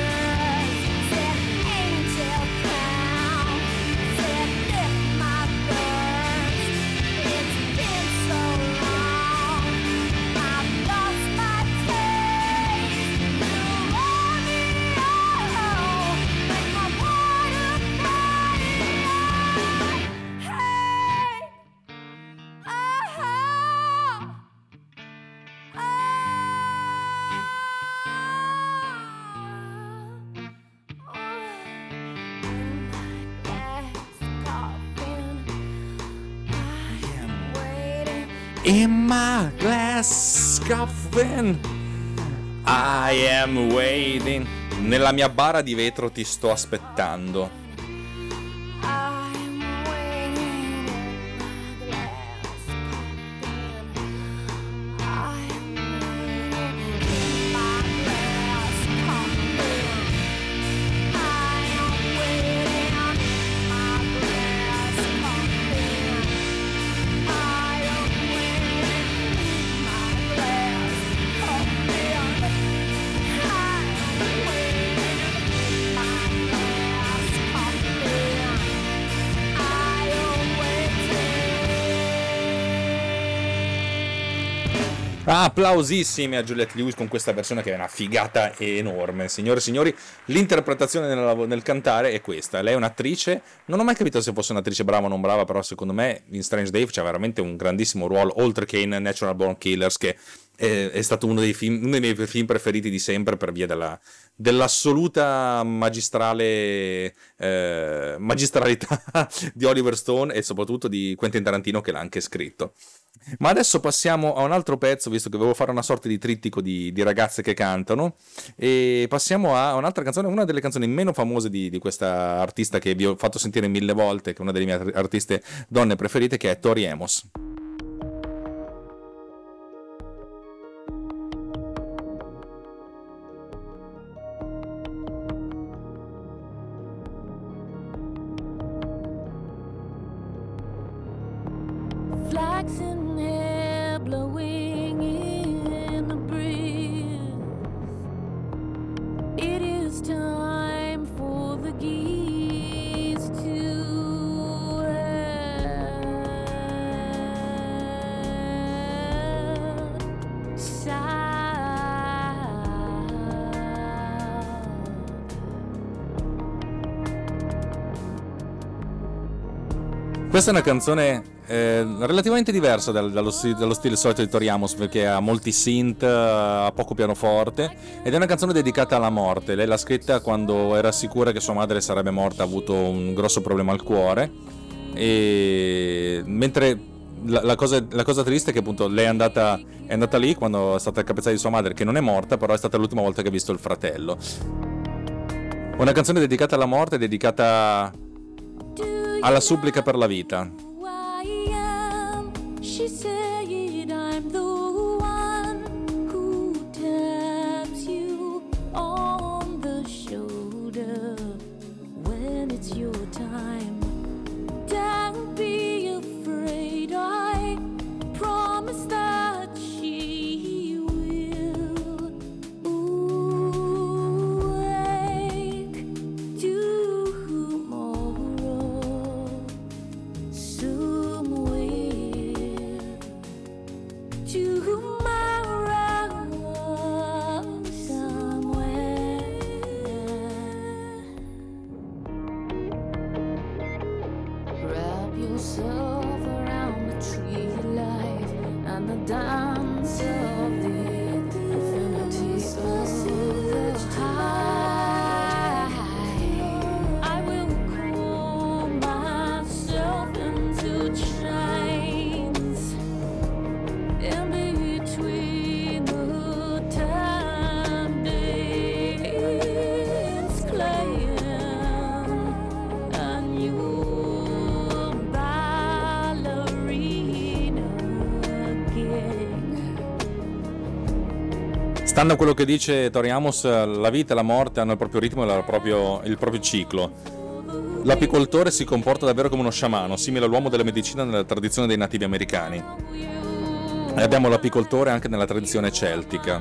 In my glass coffin I am waiting. Nella mia bara di vetro ti sto aspettando. Applausissimi a Juliette Lewis con questa versione che è una figata enorme. Signore e signori, l'interpretazione nel cantare è questa. Lei è un'attrice, non ho mai capito se fosse un'attrice brava o non brava, però secondo me in Strange Days c'è veramente un grandissimo ruolo, oltre che in Natural Born Killers, che è stato uno dei miei film preferiti di sempre per via dell'assoluta magistralità di Oliver Stone e soprattutto di Quentin Tarantino, che l'ha anche scritto. Ma adesso passiamo a un altro pezzo, visto che volevo fare una sorta di trittico di ragazze che cantano, e passiamo a un'altra canzone, una delle canzoni meno famose di questa artista che vi ho fatto sentire 1000 volte, che è una delle mie artiste donne preferite, che è Tori Amos. Flaxen hair blowing in the breeze. It is time for the geese to Questa è una canzone relativamente diversa dallo stile solito di Tori Amos, perché ha molti synth, ha poco pianoforte, ed è una canzone dedicata alla morte. Lei l'ha scritta quando era sicura che sua madre sarebbe morta, ha avuto un grosso problema al cuore, e mentre la cosa triste è che appunto lei è andata lì quando è stata capezzata di sua madre, che non è morta, però è stata l'ultima volta che ha visto il fratello. Una canzone dedicata alla morte, dedicata alla supplica per la vita. She said I'm the one who taps you on the shoulder when it's your time. Don't be afraid, I promise that she will wake tomorrow somewhere. Tomorrow somewhere. Wrap yourself around the tree of life and the dance of the infinity of the high. I will call myself into chains in between the time days. Stando a quello che dice Tori Amos, la vita e la morte hanno il proprio ritmo e il proprio ciclo. L'apicoltore si comporta davvero come uno sciamano, simile all'uomo della medicina nella tradizione dei nativi americani. E abbiamo l'apicoltore anche nella tradizione celtica.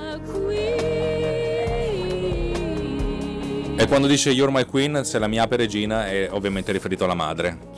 E quando dice You're my queen, se la mia ape regina, è ovviamente riferito alla madre.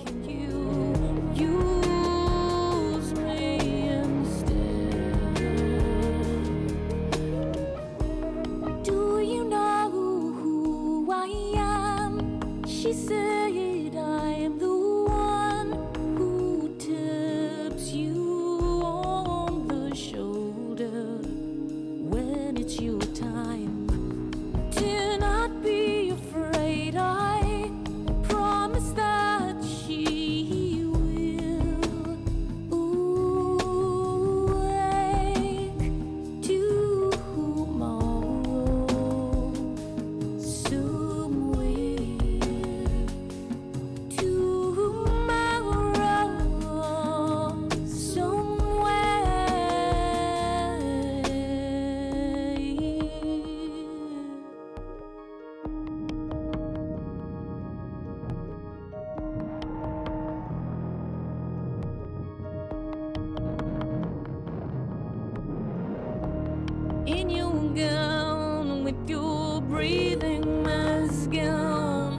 In your gown with your breathing mask on,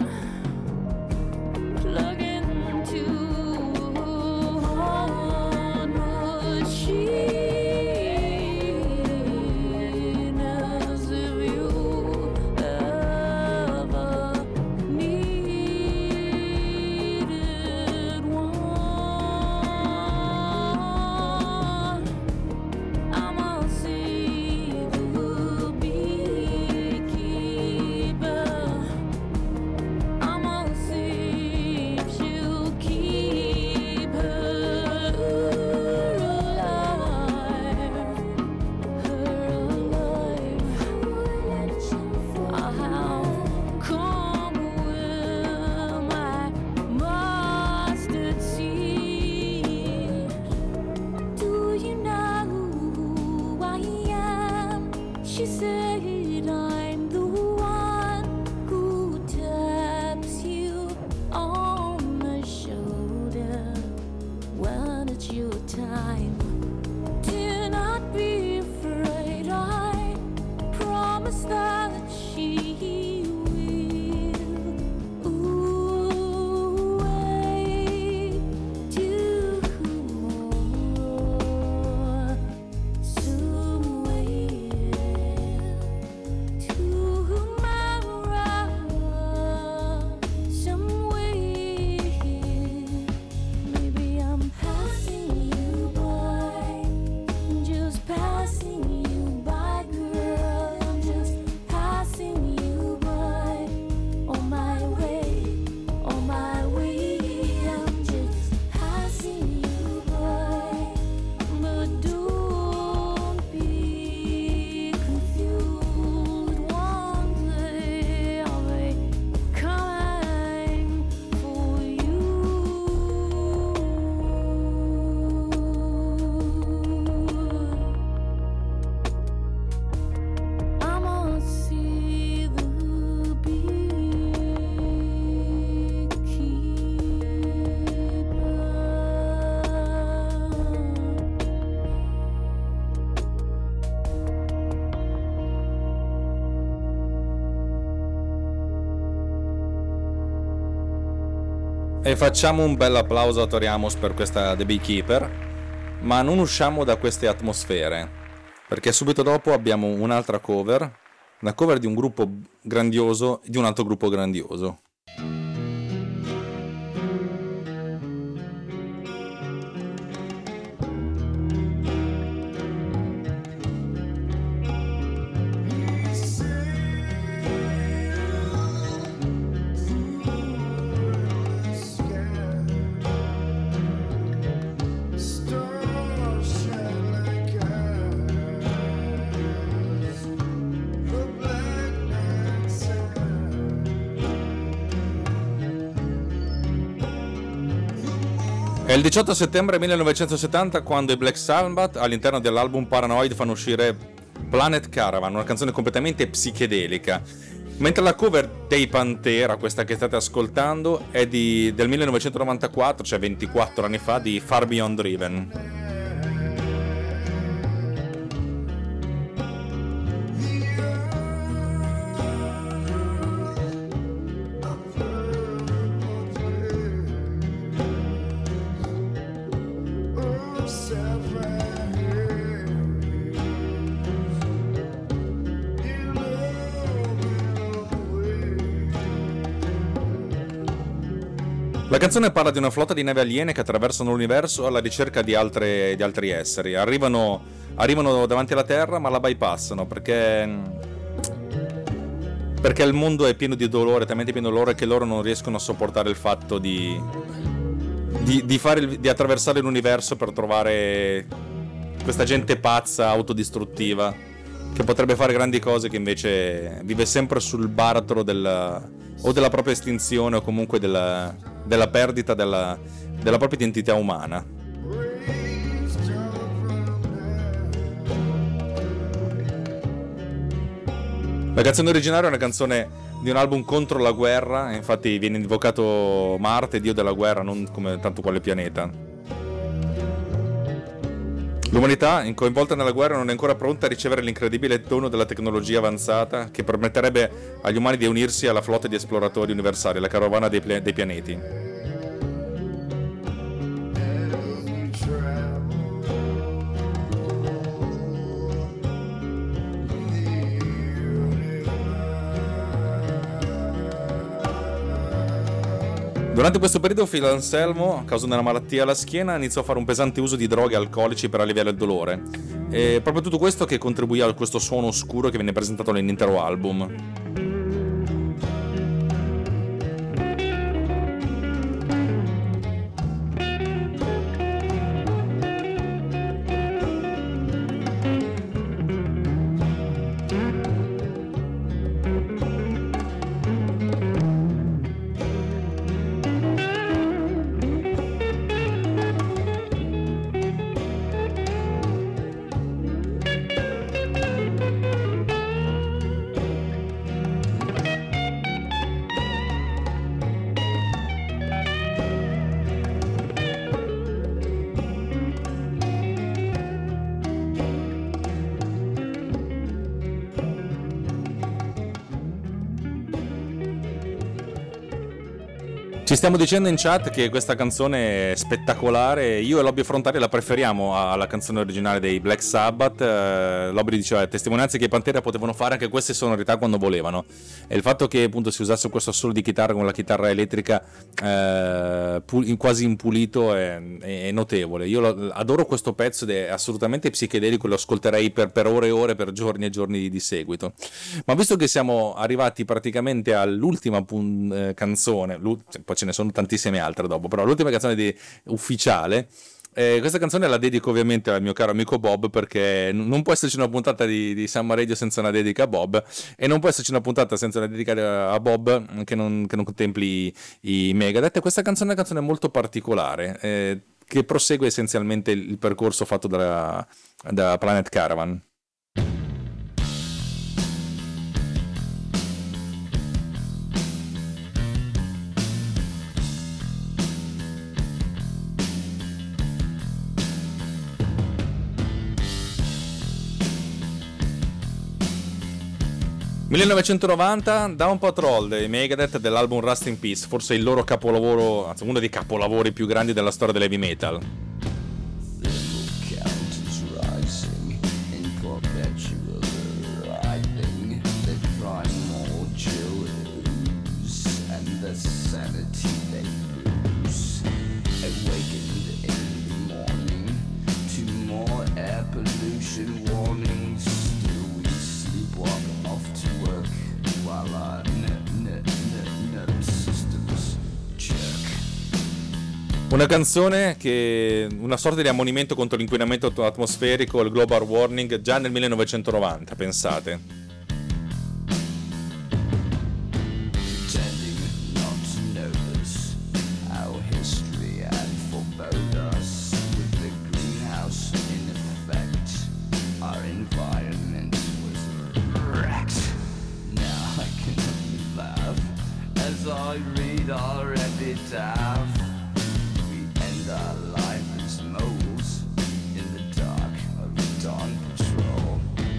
plug into hardwood sheen as if you ever needed one. I'm all see the beekeeper. I'm all see if she'll keep her alive. How come will my mustard seed? Do you know who I am? She said I'm the one who taps you on the shoulder when it's your time. Do not be afraid, I promise that she will. Ooh, wait tomorrow, maybe I'm passing you by, just passing you by, girl. I'm just passing you by, on my way, on my way. I'm just passing you by, but don't be confused. One day I'll be coming for you. I'm gonna see the E facciamo un bel applauso a Tori Amos per questa The Beekeeper, ma non usciamo da queste atmosfere, perché subito dopo abbiamo un'altra cover, una cover di un gruppo grandioso e di un altro gruppo grandioso. È il 18 settembre 1970 quando i Black Sabbath all'interno dell'album Paranoid fanno uscire Planet Caravan, una canzone completamente psichedelica. Mentre la cover dei Pantera, questa che state ascoltando, è del 1994, cioè 24 anni fa, di Far Beyond Driven. La canzone parla di una flotta di navi aliene che attraversano l'universo alla ricerca di altri esseri. Arrivano davanti alla Terra, ma la bypassano perché il mondo è pieno di dolore, talmente pieno di dolore che loro non riescono a sopportare il fatto di attraversare l'universo per trovare questa gente pazza, autodistruttiva, che potrebbe fare grandi cose, che invece vive sempre sul baratro della propria estinzione o comunque della perdita della propria identità umana. La canzone originale è una canzone di un album contro la guerra, infatti viene invocato Marte, dio della guerra, non come tanto quale pianeta. L'umanità, coinvolta nella guerra, non è ancora pronta a ricevere l'incredibile dono della tecnologia avanzata che permetterebbe agli umani di unirsi alla flotta di esploratori universali, la carovana dei pianeti. Durante questo periodo Phil Anselmo, a causa di una malattia alla schiena, iniziò a fare un pesante uso di droghe e alcolici per alleviare il dolore. E proprio tutto questo che contribuì a questo suono oscuro che viene presentato nell'intero album. Ci stiamo dicendo in chat che questa canzone è spettacolare. Io e Lobby Frontale la preferiamo alla canzone originale dei Black Sabbath. Lobby diceva testimonianze che i Pantera potevano fare anche queste sonorità quando volevano, e il fatto che appunto si usasse questo assolo di chitarra con la chitarra elettrica quasi impulito è notevole. Io adoro questo pezzo ed è assolutamente psichedelico, lo ascolterei per ore e ore, per giorni e giorni di seguito. Ma visto che siamo arrivati praticamente all'ultima canzone, poi ce ne sono tantissime altre dopo, però l'ultima canzone ufficiale, questa canzone la dedico ovviamente al mio caro amico Bob, perché non può esserci una puntata di Summer Radio senza una dedica a Bob, e non può esserci una puntata senza una dedica a Bob che non contempli i Megadeth. Questa canzone è una canzone molto particolare, che prosegue essenzialmente il percorso fatto da Planet Caravan. ...1990, Down Patrol dei Megadeth, dell'album Rust in Peace, forse il loro capolavoro, anzi uno dei capolavori più grandi della storia dell'heavy metal. Una canzone che una sorta di ammonimento contro l'inquinamento atmosferico, il global warming, già nel 1990, pensate. Our environment I read our epitaph. We end our life as moles in the dark of the dawn patrol.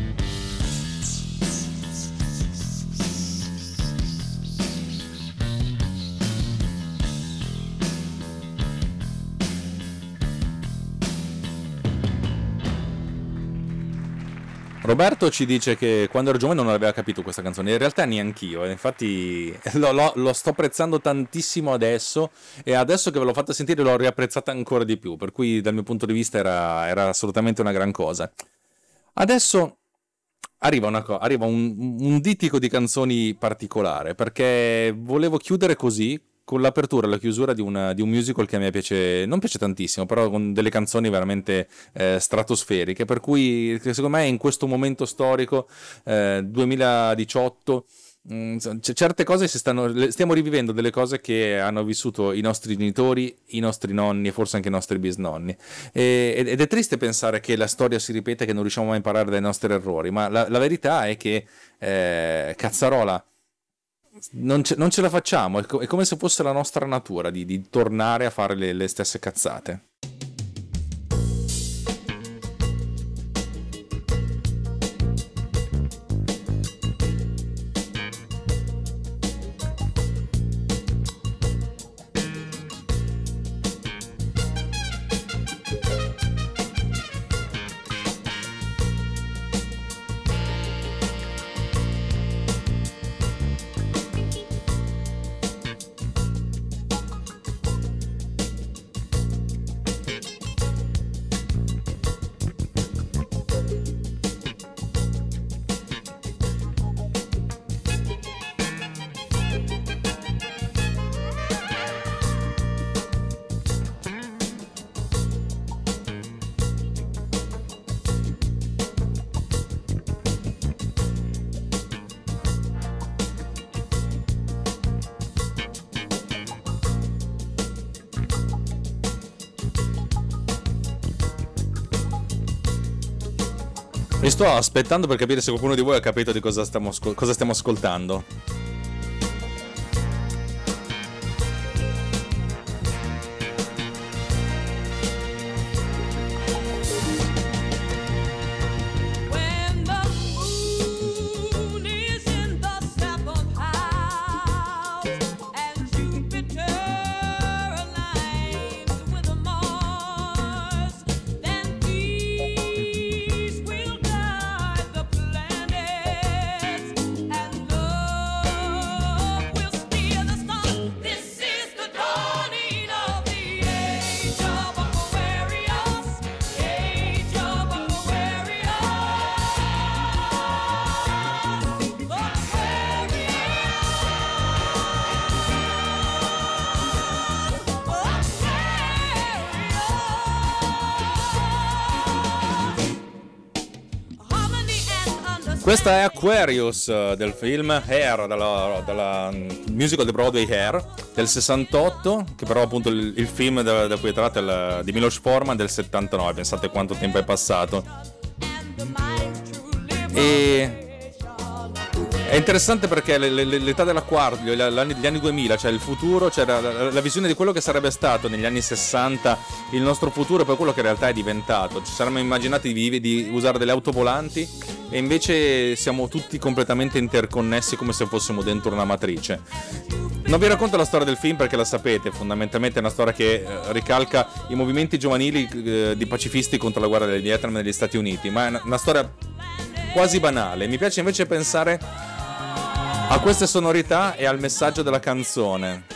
Roberto ci dice che quando ero giovane non aveva capito questa canzone, in realtà neanch'io, infatti lo sto apprezzando tantissimo adesso, e adesso che ve l'ho fatta sentire l'ho riapprezzata ancora di più, per cui dal mio punto di vista era assolutamente una gran cosa. Adesso arriva un dittico di canzoni particolare, perché volevo chiudere così, con l'apertura e la chiusura di un musical che a me non piace tantissimo, però con delle canzoni veramente stratosferiche, per cui secondo me in questo momento storico 2018 certe cose stiamo rivivendo delle cose che hanno vissuto i nostri genitori, i nostri nonni e forse anche i nostri bisnonni, ed è triste pensare che la storia si ripete, che non riusciamo mai a imparare dai nostri errori, ma la verità è che cazzarola non ce la facciamo, è come se fosse la nostra natura di tornare a fare le stesse cazzate. Mi sto aspettando per capire se qualcuno di voi ha capito di cosa stiamo ascoltando. When the moon is in the seventh house and Jupiter aligns with Mars, then peace will guide the planets and love will steer the stars. This is the dawning of the age of Aquarius, age of Aquarius, Harmony and understanding. Questa è Aquarius del film Hair, dalla musical di Broadway Hair del 68, che però appunto il film da cui è tratto è di Milos Forman del 79, pensate quanto tempo è passato. E è interessante perché l'età dell'Acquario, gli anni 2000, cioè il futuro, cioè la visione di quello che sarebbe stato negli anni 60 il nostro futuro e poi quello che in realtà è diventato. Ci saremmo immaginati di usare delle auto volanti e invece siamo tutti completamente interconnessi come se fossimo dentro una matrice. Non vi racconto la storia del film perché la sapete, fondamentalmente è una storia che ricalca i movimenti giovanili di pacifisti contro la guerra del Vietnam negli Stati Uniti, ma è una storia quasi banale. Mi piace invece pensare a queste sonorità e al messaggio della canzone.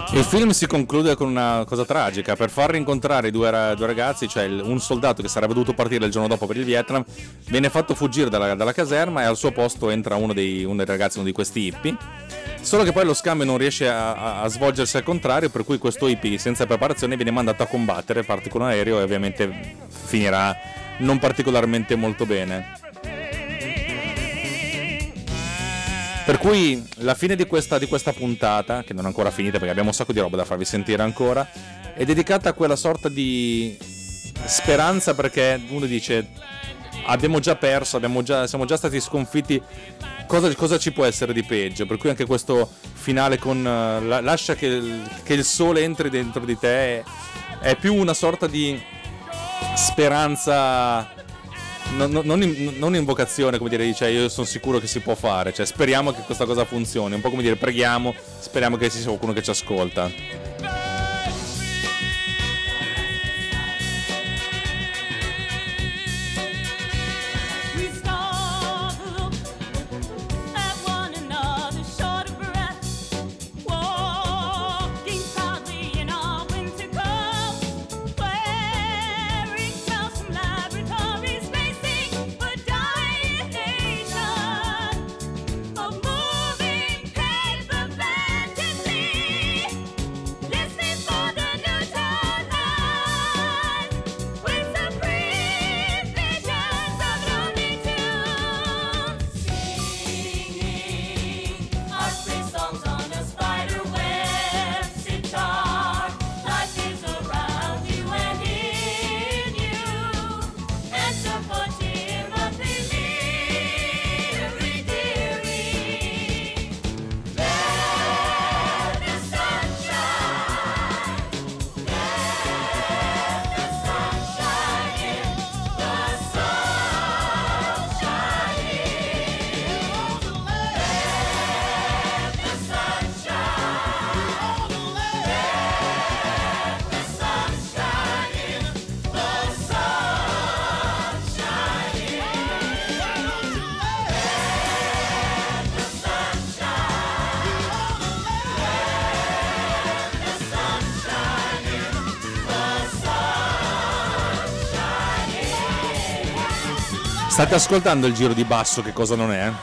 Il film si conclude con una cosa tragica. Per far rincontrare i due ragazzi, cioè un soldato che sarebbe dovuto partire il giorno dopo per il Vietnam, viene fatto fuggire dalla caserma e al suo posto entra uno dei ragazzi, uno di questi hippie. Solo che poi lo scambio non riesce a svolgersi al contrario, per cui questo hippie senza preparazione viene mandato a combattere, parte con un aereo e ovviamente finirà non particolarmente molto bene. Per cui la fine di questa puntata, che non è ancora finita perché abbiamo un sacco di roba da farvi sentire ancora, è dedicata a quella sorta di speranza, perché uno dice abbiamo già perso, siamo già stati sconfitti, cosa ci può essere di peggio? Per cui anche questo finale con lascia che il sole entri dentro di te è più una sorta di speranza. Non invocazione, come dire, cioè io sono sicuro che si può fare, cioè speriamo che questa cosa funzioni, un po' come dire preghiamo, speriamo che ci sia qualcuno che ci ascolta. State ascoltando il giro di basso, che cosa non è?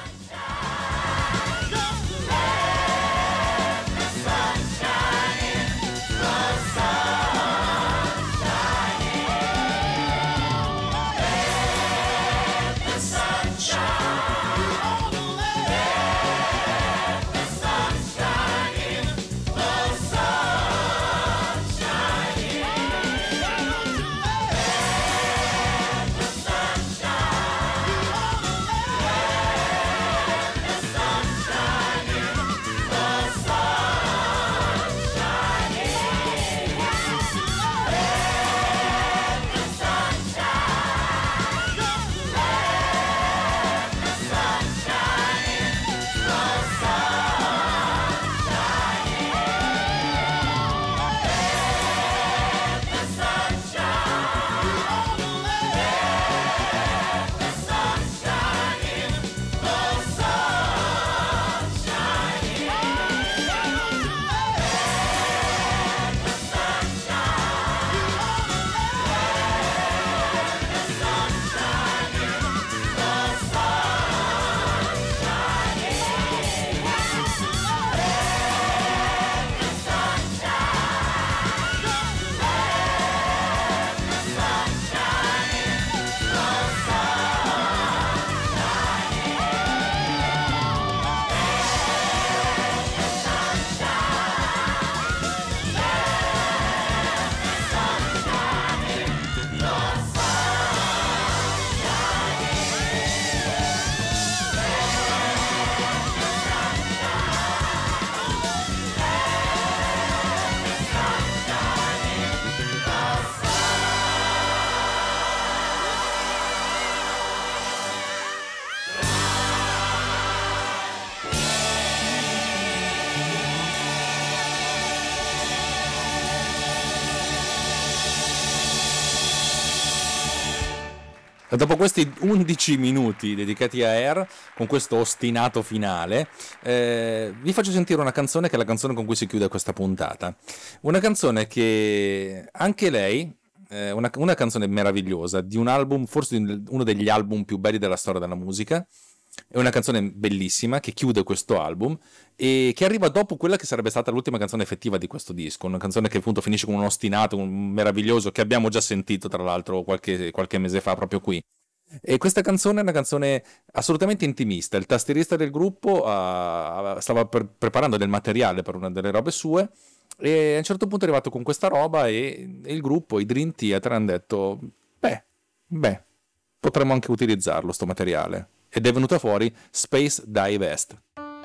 E dopo questi 11 minuti dedicati a Air, con questo ostinato finale, vi faccio sentire una canzone che è la canzone con cui si chiude questa puntata. Una canzone che anche lei, una canzone meravigliosa, di un album, forse uno degli album più belli della storia della musica. È una canzone bellissima che chiude questo album e che arriva dopo quella che sarebbe stata l'ultima canzone effettiva di questo disco, una canzone che appunto finisce con un ostinato, un meraviglioso, che abbiamo già sentito tra l'altro qualche mese fa proprio qui. E questa canzone è una canzone assolutamente intimista. Il tastierista del gruppo stava preparando del materiale per una delle robe sue e a un certo punto è arrivato con questa roba e il gruppo, i Dream Theater, hanno detto beh, potremmo anche utilizzarlo sto materiale. Ed è venuta fuori Space Dive Est.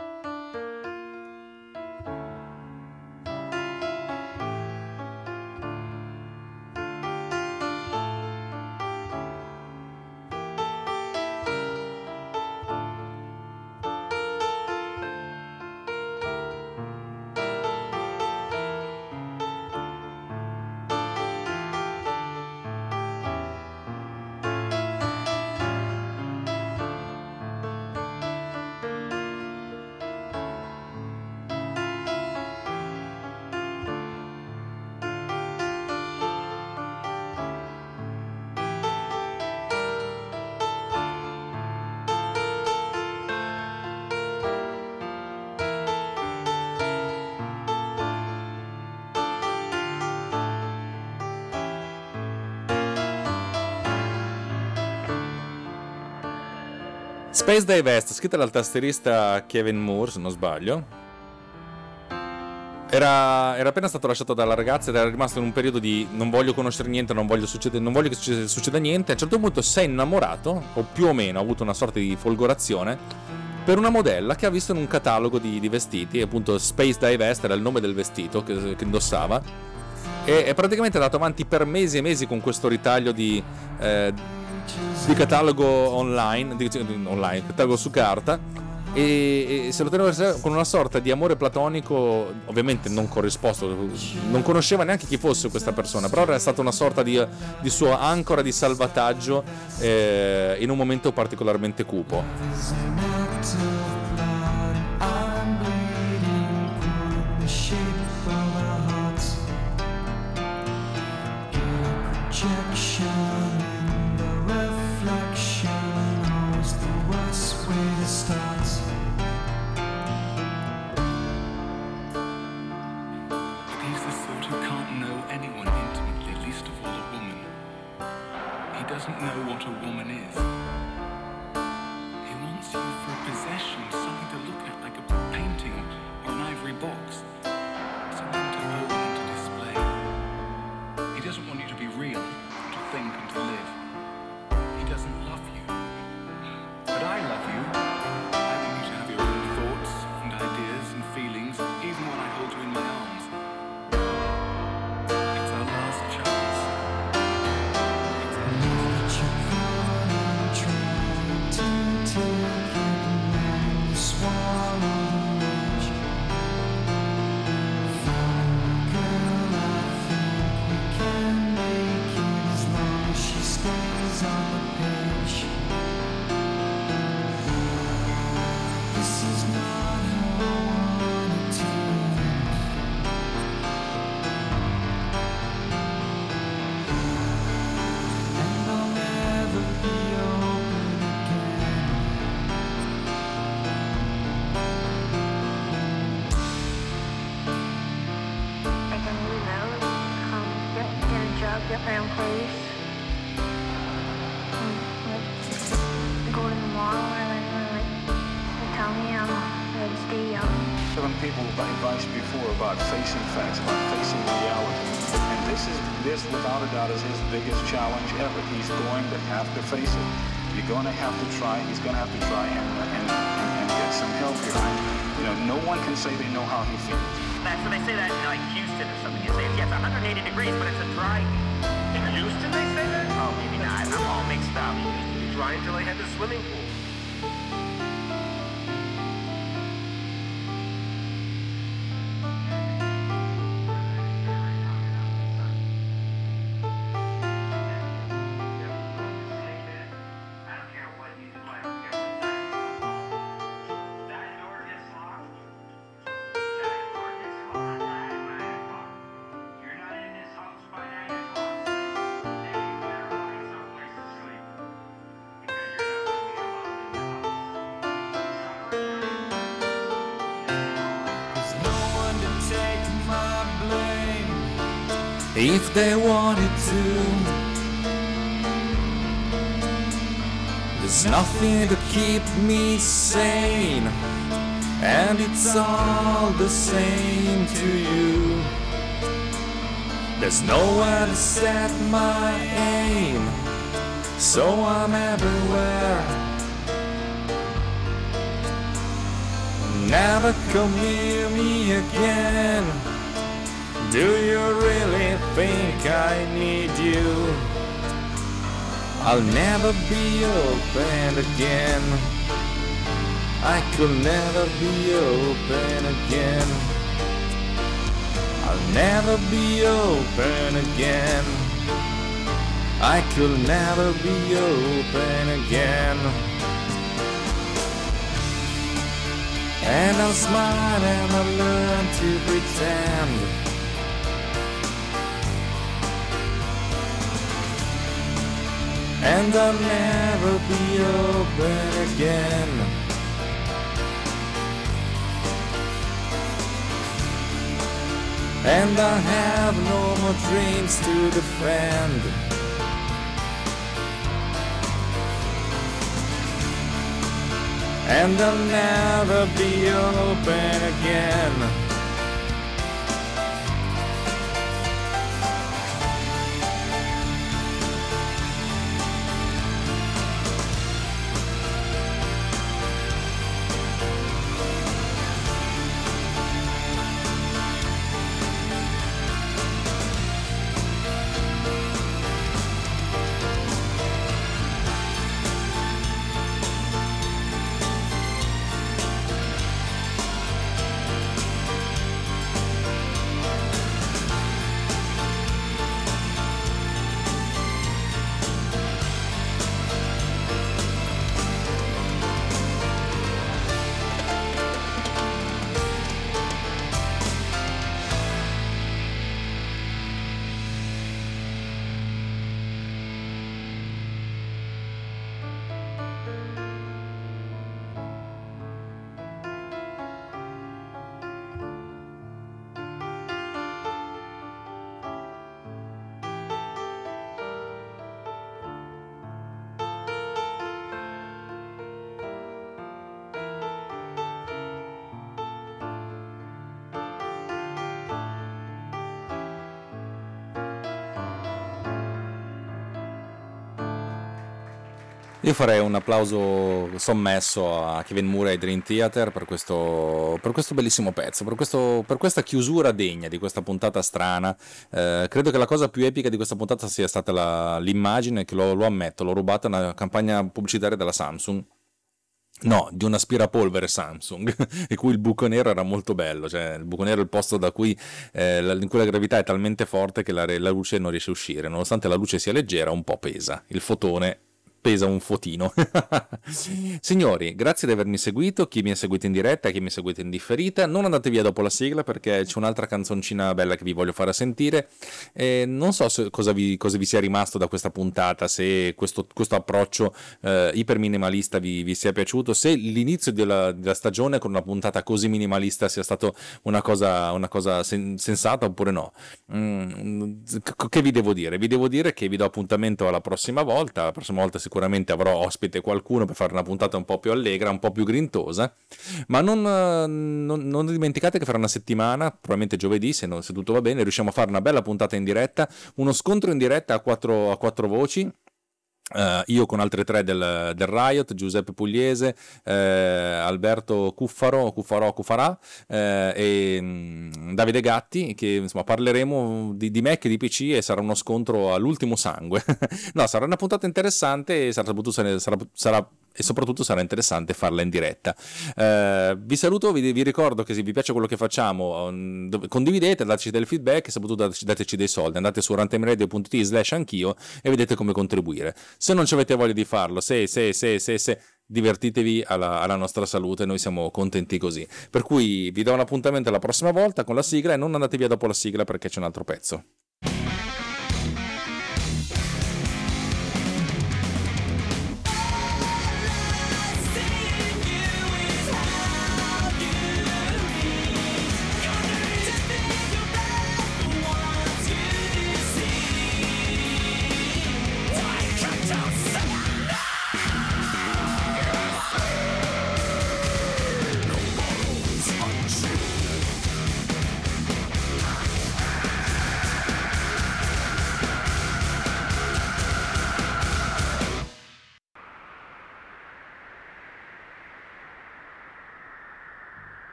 Space Dive Est, scritta dal tastierista Kevin Moore, se non sbaglio. Era appena stato lasciato dalla ragazza ed era rimasto in un periodo di non voglio conoscere niente, non voglio che succeda niente. A un certo punto si è innamorato, o più o meno ha avuto una sorta di folgorazione, per una modella che ha visto in un catalogo di vestiti, e appunto Space Dive Est era il nome del vestito che indossava, e praticamente è andato avanti per mesi e mesi con questo ritaglio di catalogo online, catalogo su carta, e se lo teneva con una sorta di amore platonico, ovviamente non corrisposto, non conosceva neanche chi fosse questa persona, però era stata una sorta di sua ancora di salvataggio in un momento particolarmente cupo. Doesn't know what a woman is. He wants you for a possession, something to look at like a painting or an ivory box, something to hold and to display. He doesn't want you to be real, to think and to live. He doesn't love you. But I love you. I want you to have your own thoughts and ideas and feelings, even when I hold you in my arms. It's our last chance. Your friend, please. Go to the mall and tell me I'm ready to stay young. Some people advised before about facing facts, about facing reality. And this without a doubt is his biggest challenge ever. He's going to have to face it. You're going to have to try, he's going to have to try and get some help behind. You know, no one can say they know how he feels. So they say that in like Houston or something. You say it's 180 degrees, but it's a dry. In Houston, they say that? Oh, maybe not. I'm all mixed up. It used to be dry until they had the swimming pool. if they wanted to. There's nothing to keep me sane, and it's all the same to you. There's nowhere to set my aim, so I'm everywhere. Never come near me again. Do you really think I need you? I'll never be open again. I could never be open again. I'll never be open again. I could never be open again. And I'll smile and I'll learn to pretend. And I'll never be open again. And I have no more dreams to defend. And I'll never be open again. Io farei un applauso sommesso a Kevin Murray e Dream Theater per questo bellissimo pezzo, per questa chiusura degna di questa puntata strana. Credo che la cosa più epica di questa puntata sia stata l'immagine, che lo ammetto, l'ho rubata una campagna pubblicitaria della Samsung. No, di un aspirapolvere Samsung, in cui il buco nero era molto bello, cioè il buco nero è il posto in cui la gravità è talmente forte che la luce non riesce a uscire, nonostante la luce sia leggera, un po' pesa, il fotone pesa un fotino. Signori, grazie di avermi seguito, chi mi ha seguito in diretta, chi mi ha seguito in differita. Non andate via dopo la sigla perché c'è un'altra canzoncina bella che vi voglio fare sentire. Non so cosa vi sia rimasto da questa puntata, se questo approccio iper minimalista vi sia piaciuto, se l'inizio della stagione con una puntata così minimalista sia stato una cosa sensata oppure no. Che vi devo dire? Vi devo dire che vi do appuntamento alla prossima volta. La prossima volta sicuramente avrò ospite qualcuno per fare una puntata un po' più allegra, un po' più grintosa, ma non dimenticate che fra una settimana, probabilmente giovedì, se tutto va bene, riusciamo a fare una bella puntata in diretta, uno scontro in diretta a quattro voci. Io con altre tre del Riot, Giuseppe Pugliese, Alberto Cuffarà e Davide Gatti, che insomma parleremo di Mac e di PC e sarà uno scontro all'ultimo sangue. No, sarà una puntata interessante e soprattutto sarà interessante farla in diretta. Vi saluto, vi ricordo che se vi piace quello che facciamo, condividete, dateci del feedback e soprattutto dateci dei soldi. Andate su runtimeradio.it/anch'io e vedete come contribuire. Se non ci avete voglia di farlo, se divertitevi alla nostra salute, noi siamo contenti così. Per cui vi do un appuntamento la prossima volta con la sigla e non andate via dopo la sigla perché c'è un altro pezzo.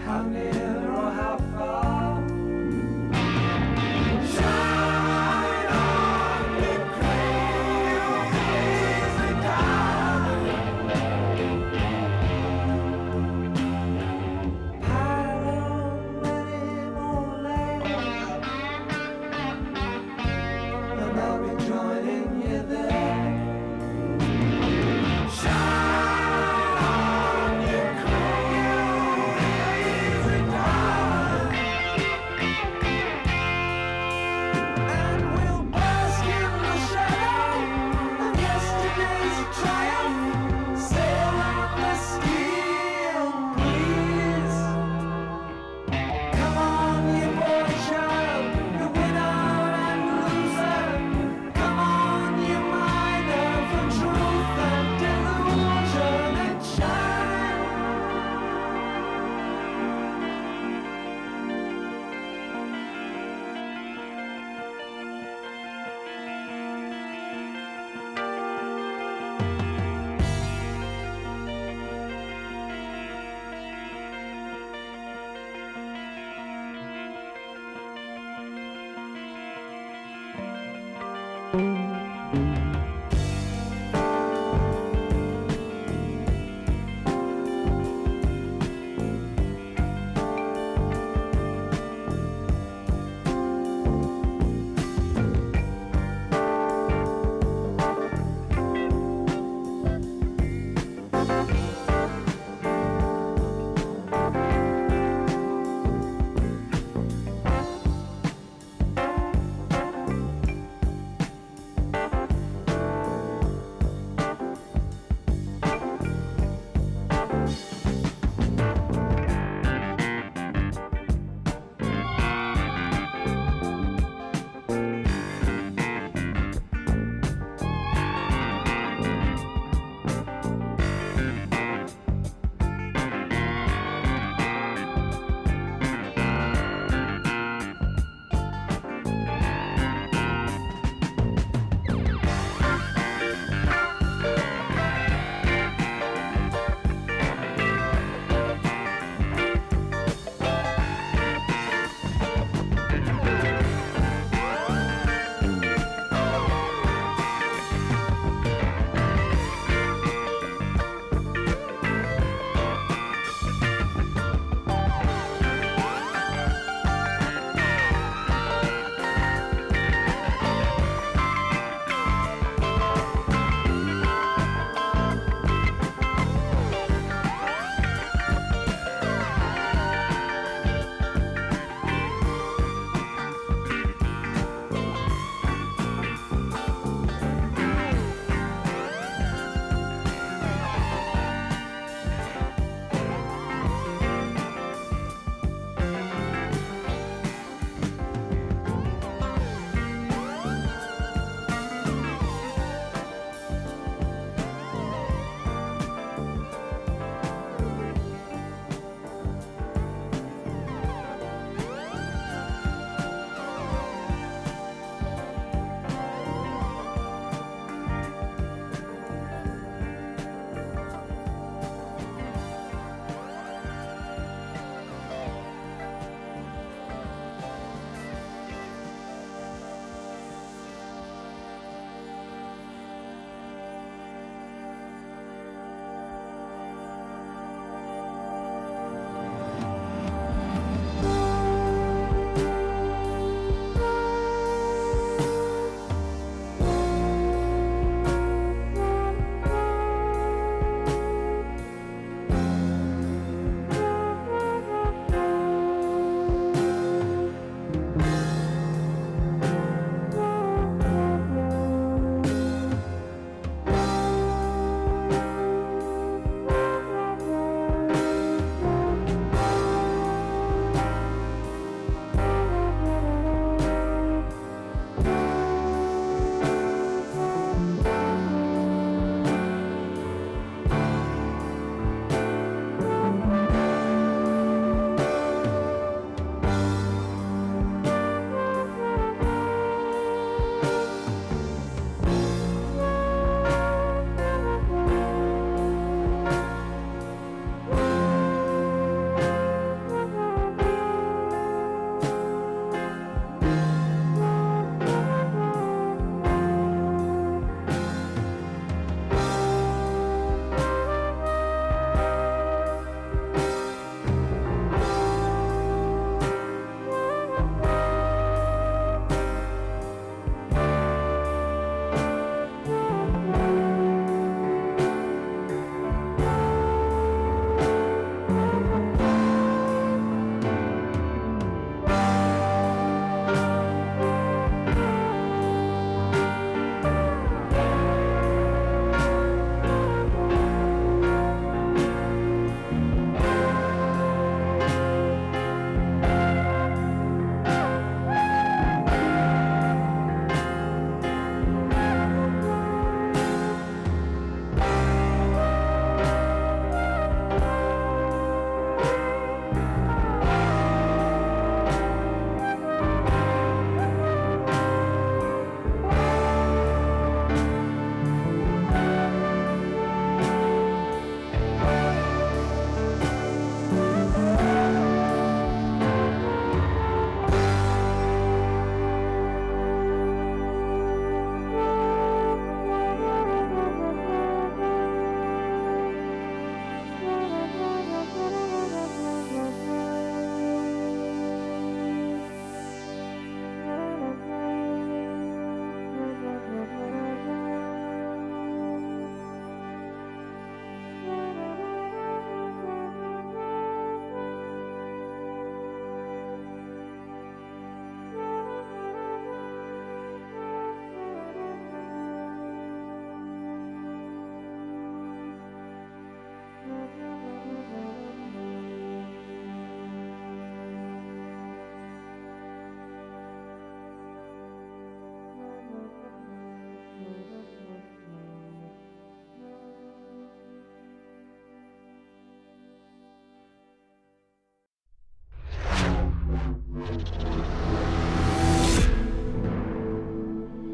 how near or how far. Shine on, you crazy darling. How long will it won't last? And I'll be joining you there. Shine on, you crazy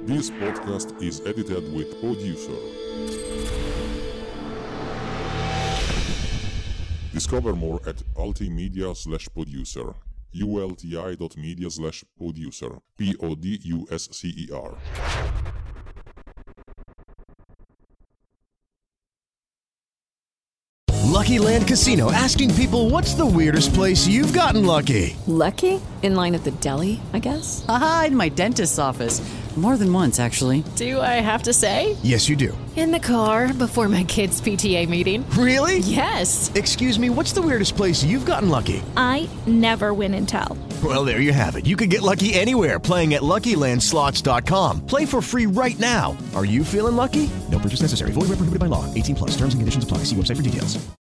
This podcast is edited with Producer. Discover more at ultimedia/producer. ulti.media/producer. PODUSCER. Lucky Land Casino, asking people, what's the weirdest place you've gotten lucky? Lucky? In line at the deli, I guess? Aha, in my dentist's office. More than once, actually. Do I have to say? Yes, you do. In the car before my kids' PTA meeting. Really? Yes. Excuse me, what's the weirdest place you've gotten lucky? I never win and tell. Well, there you have it. You can get lucky anywhere, playing at LuckyLandSlots.com. Play for free right now. Are you feeling lucky? No purchase necessary. Void where prohibited by law. 18+. Terms and conditions apply. See website for details.